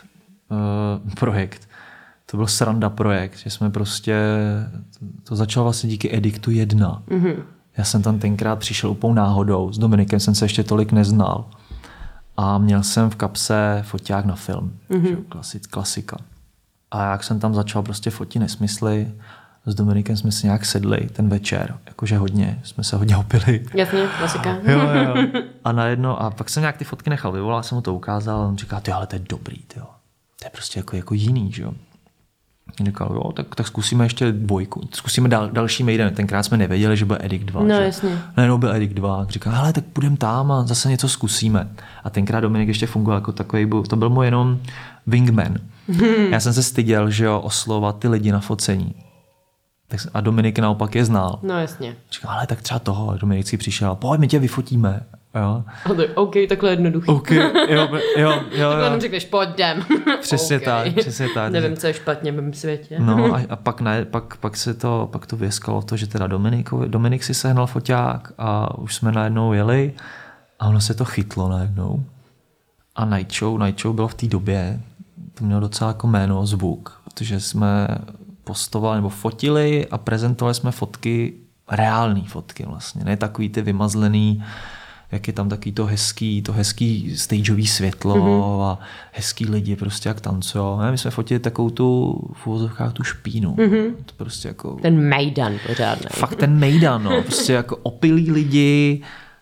To byl sranda projekt, že jsme prostě, to začalo vlastně díky Ediktu 1. Mm-hmm. Já jsem tam tenkrát přišel úplnou náhodou, s Dominikem jsem se ještě tolik neznal. A měl jsem v kapse foťák na film, klasika. A jak jsem tam začal prostě fotit nesmysly, s Dominikem jsme si nějak sedli ten večer, jakože jsme se hodně opili. Jasně, klasika. Jo. A najednou, a pak jsem nějak ty fotky nechal vyvolat, jsem mu to ukázal a on říká, ale to je dobrý, tyjo. To je prostě jako jiný, že jo. Říkal, jo, tak zkusíme ještě 2. Zkusíme další Maiden. Tenkrát jsme nevěděli, že byl Edict 2. No, že? jasně. Najednou byl Edict 2. Říkal, hele, tak půjdeme tam a zase něco zkusíme. A tenkrát Dominik ještě fungoval jako takový, to byl můj jenom wingman. Já jsem se styděl, že jo, oslovovat ty lidi na focení. A Dominik naopak je znal. No, jasně. Říkal, ale tak třeba toho. A Dominik si přišel, pojď, my tě vyfotíme. Jo. OK, takhle jednoduchý. OK, jo. Takhle jenom řekneš, pojď jdem. Přesně okay. tak. Nevím, co je špatně v mém světě. No a pak to vyskalo to, že teda Dominik si sehnal foťák a už jsme najednou jeli a ono se to chytlo najednou. A Night Show bylo v té době, to mělo docela jako jméno Zvuk, protože jsme postovali nebo fotili a prezentovali jsme fotky, reální fotky vlastně, ne takový ty vymazlený, jak je tam takový to hezký stageový světlo a hezký lidi prostě jak tancujou. My jsme fotili takovou v uvozovkách tu špínu. To prostě jako... Ten mejdan pořádný. Fakt ten mejdan, no. Prostě jako opilí lidi,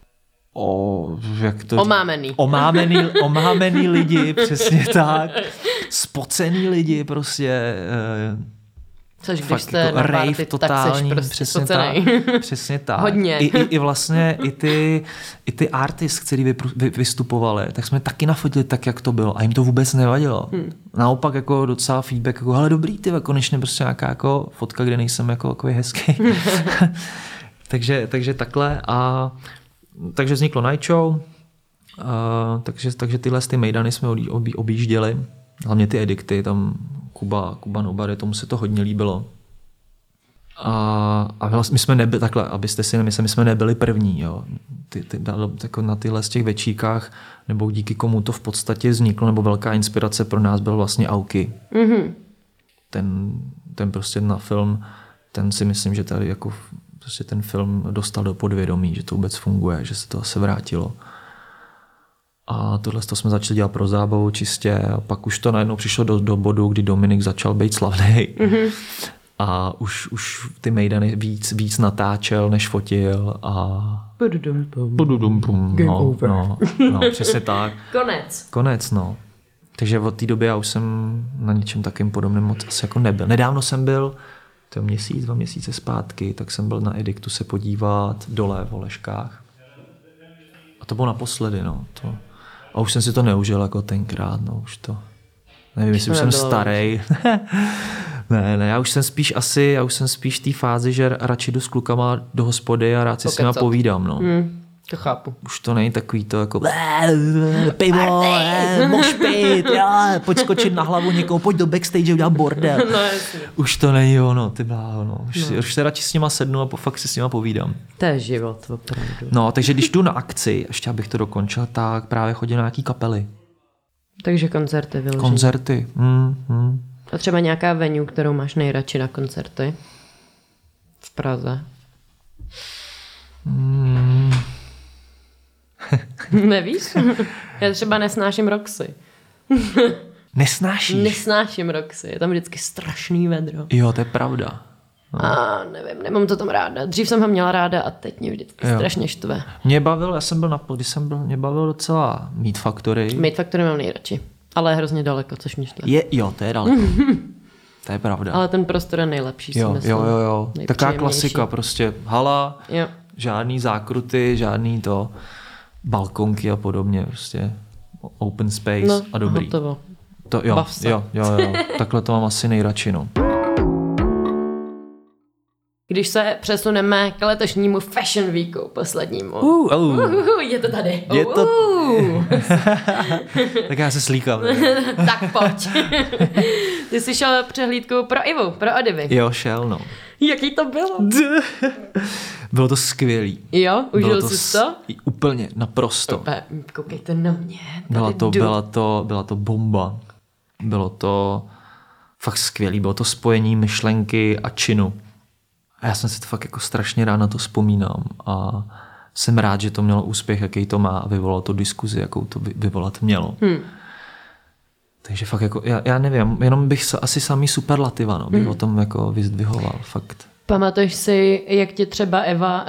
omámený lidi, přesně tak. Spocený lidi prostě... Což když jste na party, tak seš prostě spocenej. Přesně tak. Hodně. I vlastně i ty artists, kteří vystupovali, tak jsme taky nafotili tak, jak to bylo. A jim to vůbec nevadilo. Naopak jako docela feedback, jako hele dobrý, ty konečně prostě nějaká jako fotka, kde nejsem jako takový hezký. takže takhle takže vzniklo Night Show. Takže tyhle ty mejdany jsme objížděli. Hlavně ty edikty, tam Kuba Nobody, tomu se to hodně líbilo. A my jsme nebyli, takhle, abyste si nemysleli, my jsme nebyli první. Jo. Na tyhle z těch večírkách, nebo díky komu to v podstatě vzniklo, nebo velká inspirace pro nás byl vlastně Aoki. Mm-hmm. Ten prostě na film, ten si myslím, že tady jako prostě ten film dostal do podvědomí, že to vůbec funguje, že se to zase vrátilo. A tohle jsme začali dělat pro zábavu čistě a pak už to najednou přišlo do bodu, kdy Dominik začal být slavný. Mm-hmm. A už ty mejdany víc natáčel, než fotil a... Game over. No, přesně tak. Konec, no. Takže od té doby já už jsem na ničem takým podobném moc asi jako nebyl. Nedávno jsem byl, to je 2 měsíce zpátky, tak jsem byl na Ediktu se podívat dole v Oleškách. A to bylo naposledy, no. A už jsem si to neužil jako tenkrát, no už to... Nevím, jestli už jsem starý. Ne, já už jsem spíš v té fázi, že radši jdu s klukama do hospody a rád si s nima povídám, no. To chápu. Už to není takový to jako pivo, mošpit, pojď skočit na hlavu někoho, pojď do backstage udělat bordel. No, jasně. Už to není ono, ty bláho, no. Už se radši s nima sednu a fakt si s nima povídám. To je život, opravdu. No, takže když jdu na akci, ještě abych to dokončil, tak právě chodím na nějaký kapely. Takže koncerty vyloženě. Koncerty. A třeba nějaká venue, kterou máš nejradši na koncerty? V Praze. Nevíš? Já třeba nesnáším Roxy. Nesnášíš? Nesnáším Roxy. Je tam vždycky strašný vedro. Jo, to je pravda. No. A nevím, nemám to tam ráda. Dřív jsem ho měla ráda a teď mě vždycky strašně štve. Mě bavil docela Meat Factory. Meat Factory mám nejradši. Ale je hrozně daleko, což mě štve. Jo, to je daleko. To je pravda. Ale ten prostor je nejlepší, si myslím. Jo. Taková klasika, prostě hala, žádný zákruty, žádný to balkonky a podobně, prostě open space a dobrý. Hotovo. To, jo. Takhle to mám asi nejradši, no. Když se přesuneme k letošnímu Fashion Weeku poslednímu. Je to tady. Je to... Tak já se slíkám. Tak pojď. Ty jsi šel přehlídku pro Ivu, pro Odivy. Jo, šel, no. Jaký to bylo? Bylo to skvělý. Jo, užil jsi to? Úplně, naprosto. Koukejte na mě. Byla to bomba. Bylo to fakt skvělý. Bylo to spojení myšlenky a činu. A já jsem si to fakt jako strašně rád na to vzpomínám. A jsem rád, že to mělo úspěch, jaký to má a vyvolalo to diskuzi, jakou to vyvolat mělo. Takže fakt jako, já nevím, jenom bych se asi samý superlativa, no, bych o tom jako vyzdvihoval, fakt. Pamatuješ si, jak ti třeba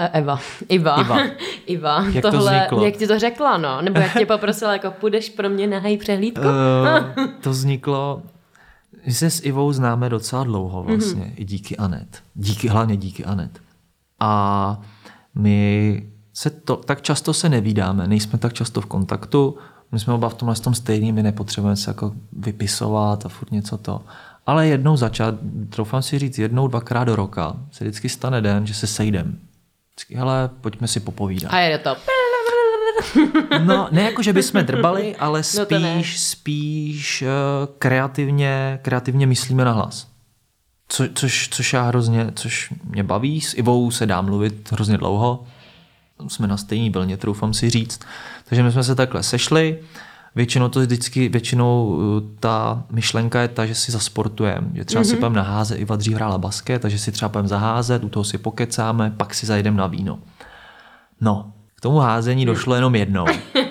Iva, jak tohle, jak ti to řekla, no? Nebo jak tě poprosila, jako půjdeš pro mě na přehlídku? To vzniklo, my se s Ivou známe docela dlouho vlastně, i díky Anet. Hlavně díky Anet. A my tak často se nevídáme, nejsme tak často v kontaktu, my jsme oba v tomhle stejný, my nepotřebujeme se jako vypisovat a furt něco to. Ale jednou troufám si říct, 1-2krát do roka se vždycky stane den, že se sejdem. Vždycky, hele, pojďme si popovídat. A jede to. No, ne jako, že bychom drbali, ale spíš kreativně myslíme na hlas. Což mě baví. S Ivou se dá mluvit hrozně dlouho. Jsme na stejný vlně, troufám si říct. Takže my jsme se takhle sešli. Většinou ta myšlenka je ta, že si zasportujeme. Že třeba si půjdeme naházet, Iva dřív hrála basket, takže si třeba půjdeme zaházet, u toho si pokecáme, pak si zajdeme na víno. No, k tomu házení došlo jenom jednou.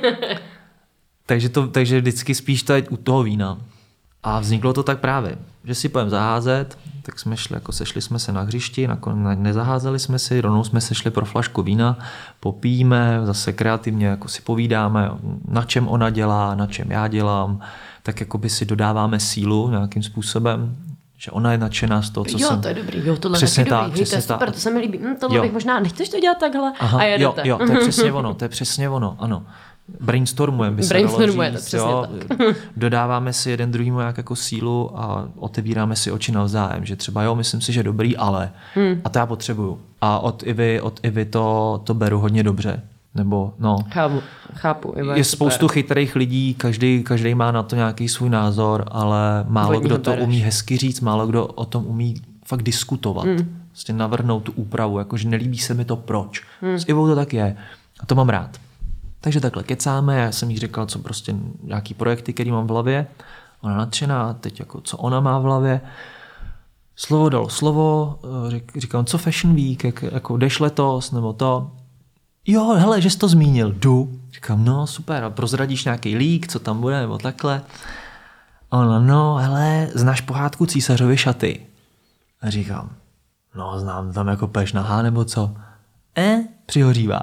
takže vždycky spíš tady u toho vína. A vzniklo to tak právě, že si půjdeme zaházet, tak jsme sešli jsme se na hřišti, nezaházeli jsme si, rovnou jsme se šli pro flašku vína, popijíme, zase kreativně jako si povídáme, na čem ona dělá, na čem já dělám, tak jako by si dodáváme sílu nějakým způsobem, že ona je nadšená z toho, co jsem... Jo, to je dobrý, jo, tohle přesně je dobrý, to je super, to se mi líbí, tohle bych možná, nechceš to dělat takhle? Aha, a jedete. Jo, to je přesně ono, ano. Brainstormujeme, by se dalo říct, jo. Dodáváme si jeden druhýmu jako sílu a otevíráme si oči navzájem, že třeba jo, myslím si, že dobrý, ale a to já potřebuju. A od Ivy to beru hodně dobře. Nebo no. Chápu. Iva je spoustu chytrých lidí, každý má na to nějaký svůj názor, ale málo kdo to umí hezky říct, málo kdo o tom umí fakt diskutovat. Vlastně navrhnout tu úpravu, jakože nelíbí se mi to proč. S Ivou to tak je. A to mám rád. Takže takhle kecáme, já jsem jí říkal, co prostě nějaký projekty, který mám v hlavě. Ona nadšená, teď jako co ona má v hlavě. Slovo dalo slovo, říkám, co Fashion Week, jako jdeš letos, nebo to. Jo, hele, že jsi to zmínil, jdu. Říkám, no super, a prozradíš nějaký lík, co tam bude, nebo takhle. Ona, no hele, znáš pohádku Císařovy šaty? A říkám, no znám, tam jako peš nahá, nebo co? Přihořívá.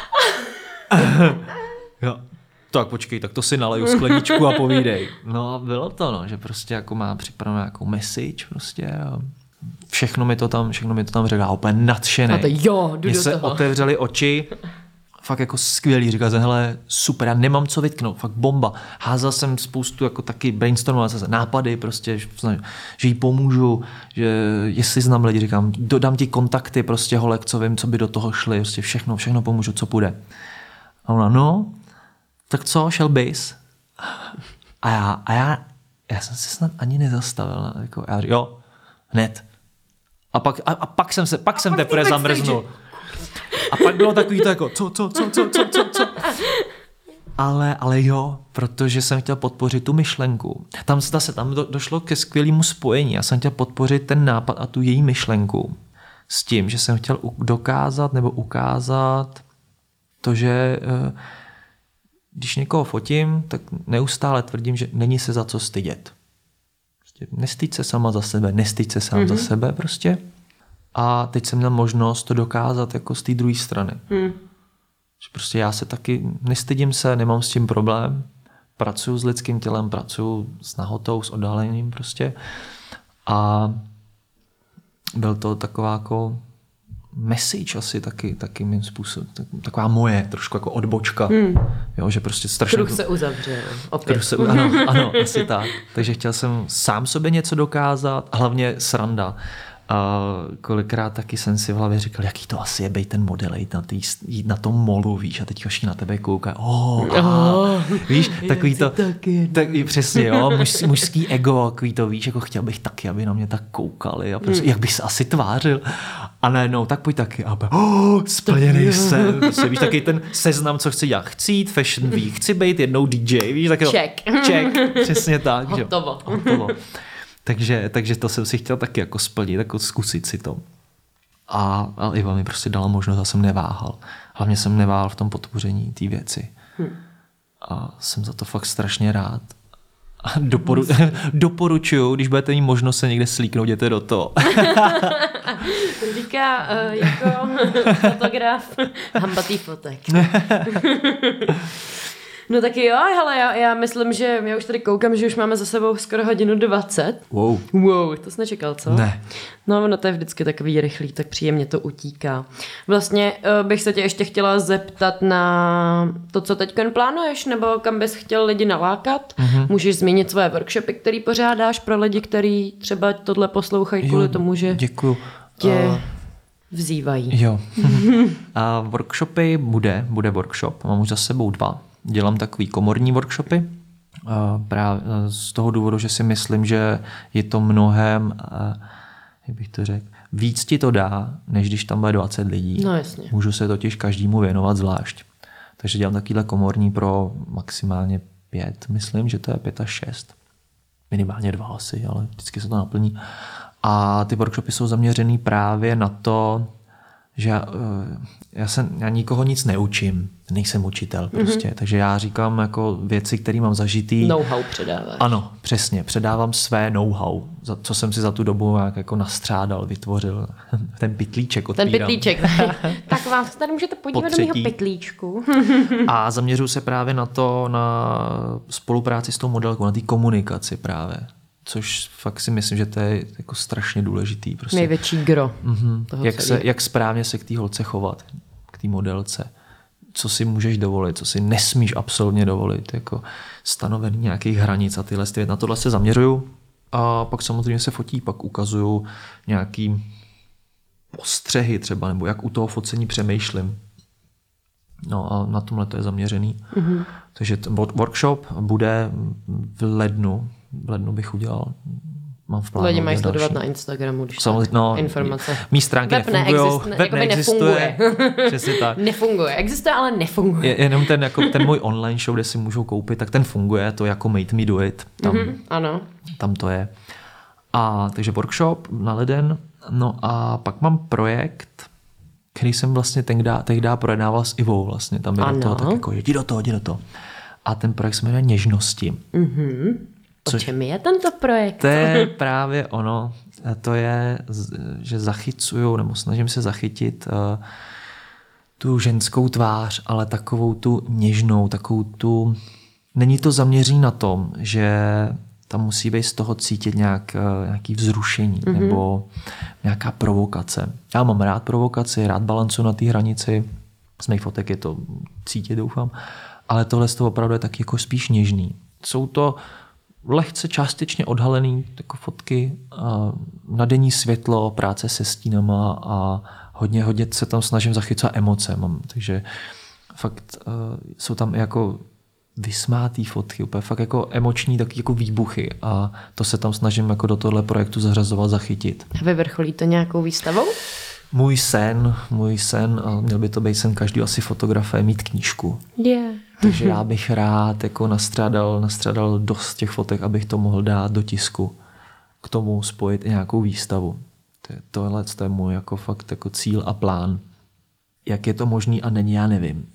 Jo. Tak počkej, tak to si naleju skleničku a povídej. No a bylo to, no, že prostě jako má připravenou nějakou message prostě a všechno mi to tam řekla, úplně nadšený. A to jo, jdu Mně do se toho. otevřely oči, fakt jako skvělý, říkal jsem, hele, super, já nemám co vytknout, fakt bomba. Házel jsem spoustu jako taky brainstormoval se nápady prostě, že jí pomůžu, že jestli znám lidi, říkám, dodám ti kontakty prostě holek, co vím, co by do toho šli, prostě všechno pomůžu, co půjde. A ona, no, tak co, šel bys? A já jsem se snad ani nezastavil. Jako, já říkám, jo, hned. A pak jsem teprve zamrznul. A pak bylo takový to jako, co? Ale jo, protože jsem chtěl podpořit tu myšlenku. Tam došlo ke skvělému spojení. Já jsem chtěl podpořit ten nápad a tu její myšlenku s tím, že jsem chtěl dokázat nebo ukázat to, že když někoho fotím, tak neustále tvrdím, že není se za co stydět. Prostě nestyď se sama za sebe, nestyď se sám za sebe prostě. A teď jsem měl možnost to dokázat jako z té druhé strany. Že prostě já se taky nestydím se, nemám s tím problém. Pracuju s lidským tělem, pracuju s nahotou, s oddálením prostě. A byl to taková jako message asi taky mým způsobem. Taková moje, trošku jako odbočka. Jo, že prostě strašně... Kruh se uzavřel. Opět. Ano, asi tak. Takže chtěl jsem sám sobě něco dokázat, a hlavně sranda. A kolikrát taky jsem si v hlavě říkal, jaký to asi je být ten model, jít na tom molu, víš, a teď všichni na tebe koukají, víš, takový to, přesně, jo, mužský ego, takový to, víš, jako chtěl bych taky, aby na mě tak koukali a prostě, jak bych se asi tvářil. A najednou, tak pojď taky. A splněný jsem. Prostě, víš, taky ten seznam, co chci dělat. Chci jít Fashion Week, chci být jednou DJ, víš, tak check, přesně tak. Hotovo. Takže to jsem si chtěl taky jako splnit, jako zkusit si to. A Iva mi prostě dala možnost a jsem neváhal. Hlavně jsem neváhal v tom podpoření té věci. A jsem za to fakt strašně rád. A doporučuju, když budete mít možnost se někde slíknout, jděte do toho. Říká jako fotograf hambatý fotek. No taky jo, hele, já myslím, že já už tady koukám, že už máme za sebou skoro 1:20. Wow, to jsi nečekal, co? Ne. No, ono to je vždycky takový rychlý, tak příjemně to utíká. Vlastně bych se tě ještě chtěla zeptat na to, co teď plánuješ, nebo kam bys chtěl lidi nalákat. Můžeš zmínit svoje workshopy, které pořádáš pro lidi, kteří třeba tohle poslouchají kvůli tomu, že tě vzývají. Jo. A workshopy bude workshop, mám už za sebou 2. Dělám takový komorní workshopy, právě z toho důvodu, že si myslím, že je to mnohem, jak bych to řekl, víc ti to dá, než když tam bude 20 lidí. No jasně. Můžu se totiž každému věnovat zvlášť. Takže dělám takovýhle komorní pro maximálně 5, myslím, že to je 5 až 6. Minimálně 2 asi, ale vždycky se to naplní. A ty workshopy jsou zaměřený právě na to, že já nikoho nic neučím, nejsem učitel prostě, takže já říkám jako věci, které mám zažitý. Know-how předáváš. Ano, přesně, předávám své know-how, co jsem si za tu dobu jako nastřádal, vytvořil. Ten pytlíček otvírám. Ten pytlíček. Tak vám se tady můžete podívat do mého pytlíčku. A zaměřuji se právě na to, na spolupráci s tou modelkou, na té komunikaci právě. Což fakt si myslím, že to je jako strašně důležitý. Prostě. Největší gro toho jak správně se k té holce chovat, k té modelce. Co si můžeš dovolit, co si nesmíš absolutně dovolit. Jako stanovení nějakých hranic a tyhle věci. Na tohle se zaměřuju a pak samozřejmě se fotí, pak ukazuju nějaký postřehy třeba, nebo jak u toho focení přemýšlím. No a na tomhle to je zaměřený. Takže workshop bude v lednu. V lednu bych udělal. Mám v plánu. Lidi mají sledovat na Instagramu, když informace. Mý stránky nefungují. Web neexistuje. Přesně tak. Nefunguje. Existuje, ale nefunguje. Jenom ten můj online show, kde si můžou koupit, tak ten funguje. To jako Made Me Do It. Ano. Tam to je. A takže workshop na leden. No a pak mám projekt, který jsem vlastně tehdy projednával s Ivou vlastně. Tam bylo toho tak jako jdi do toho. A ten projekt se jmenuje Něžnosti. O čem je tento projekt? To je právě ono. To je, že zachycuju, nebo snažím se zachytit tu ženskou tvář, ale takovou tu něžnou, takovou tu... Není to zaměření na tom, že tam musí být z toho cítit nějaký vzrušení nebo nějaká provokace. Já mám rád provokaci, rád balancu na té hranici. Z mých fotek je to cítit, doufám. Ale tohle z toho opravdu je taky jako spíš něžný. Jsou to lehce částečně odhalený jako fotky, na denní světlo, práce se stínama a hodně se tam snažím zachycovat emoce. Takže fakt jsou tam jako vysmátý fotky, úplně fakt jako emoční taky jako výbuchy a to se tam snažím jako do tohle projektu zařazovat, zachytit. A vyvrcholí to nějakou výstavou? Můj sen, a měl by to být sen každého asi fotografa, je mít knížku. Yeah. Takže já bych rád jako nastřádal dost těch fotek, abych to mohl dát do tisku. K tomu spojit i nějakou výstavu. Tohle je můj jako fakt jako cíl a plán. Jak je to možný a není, já nevím.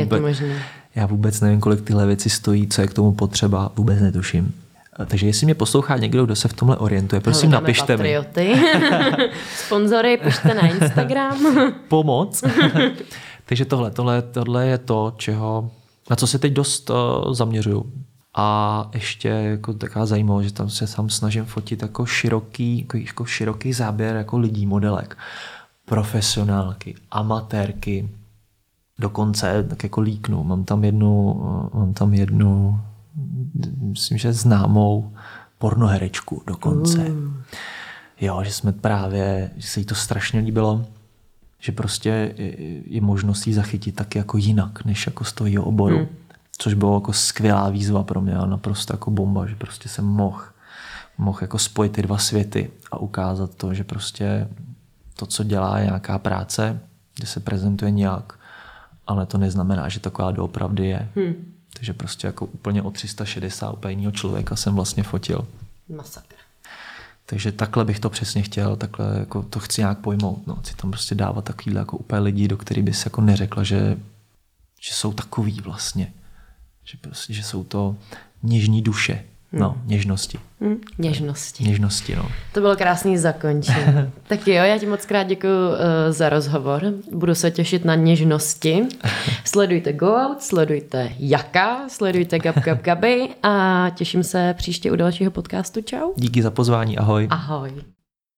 Já vůbec nevím, kolik tyhle věci stojí, co je k tomu potřeba, vůbec netuším. Takže jestli mě poslouchá někdo, kdo se v tomhle orientuje, prosím napište patrioty. Mi. Sponzory, pište na Instagram. Pomoc. Takže tohle je to, na co se teď dost zaměřuju. A ještě jako taková zajímavost, že tam se snažím fotit jako široký záběr jako lidí, modelek. Profesionálky, amatérky, dokonce tak jako líknu. Mám tam jednu myslím, že známou pornoherečku dokonce. Jo, že se jí to strašně líbilo, že prostě je možnost jí zachytit taky jako jinak, než jako z toho jejího oboru. Což bylo jako skvělá výzva pro mě a naprosto jako bomba, že prostě jsem mohl jako spojit ty dva světy a ukázat to, že prostě to, co dělá, je nějaká práce, kde se prezentuje nějak, ale to neznamená, že taková doopravdy je. Takže prostě jako úplně o 360 úplně jiného člověka jsem vlastně fotil. Masakr. Takže takhle bych to přesně chtěl, takhle jako to chci nějak pojmout. No. Chci tam prostě dávat takovýhle jako úplně lidi, do kterých bys jako neřekla, že jsou takový vlastně. Že prostě, že jsou to něžní duše. No, něžnosti. Něžnosti, no. To bylo krásný zakončení. Tak jo, já ti moc krát děkuju za rozhovor. Budu se těšit na něžnosti. Sledujte Go Out, sledujte Jaka, sledujte Gabi a těším se příště u dalšího podcastu. Čau. Díky za pozvání, ahoj. Ahoj.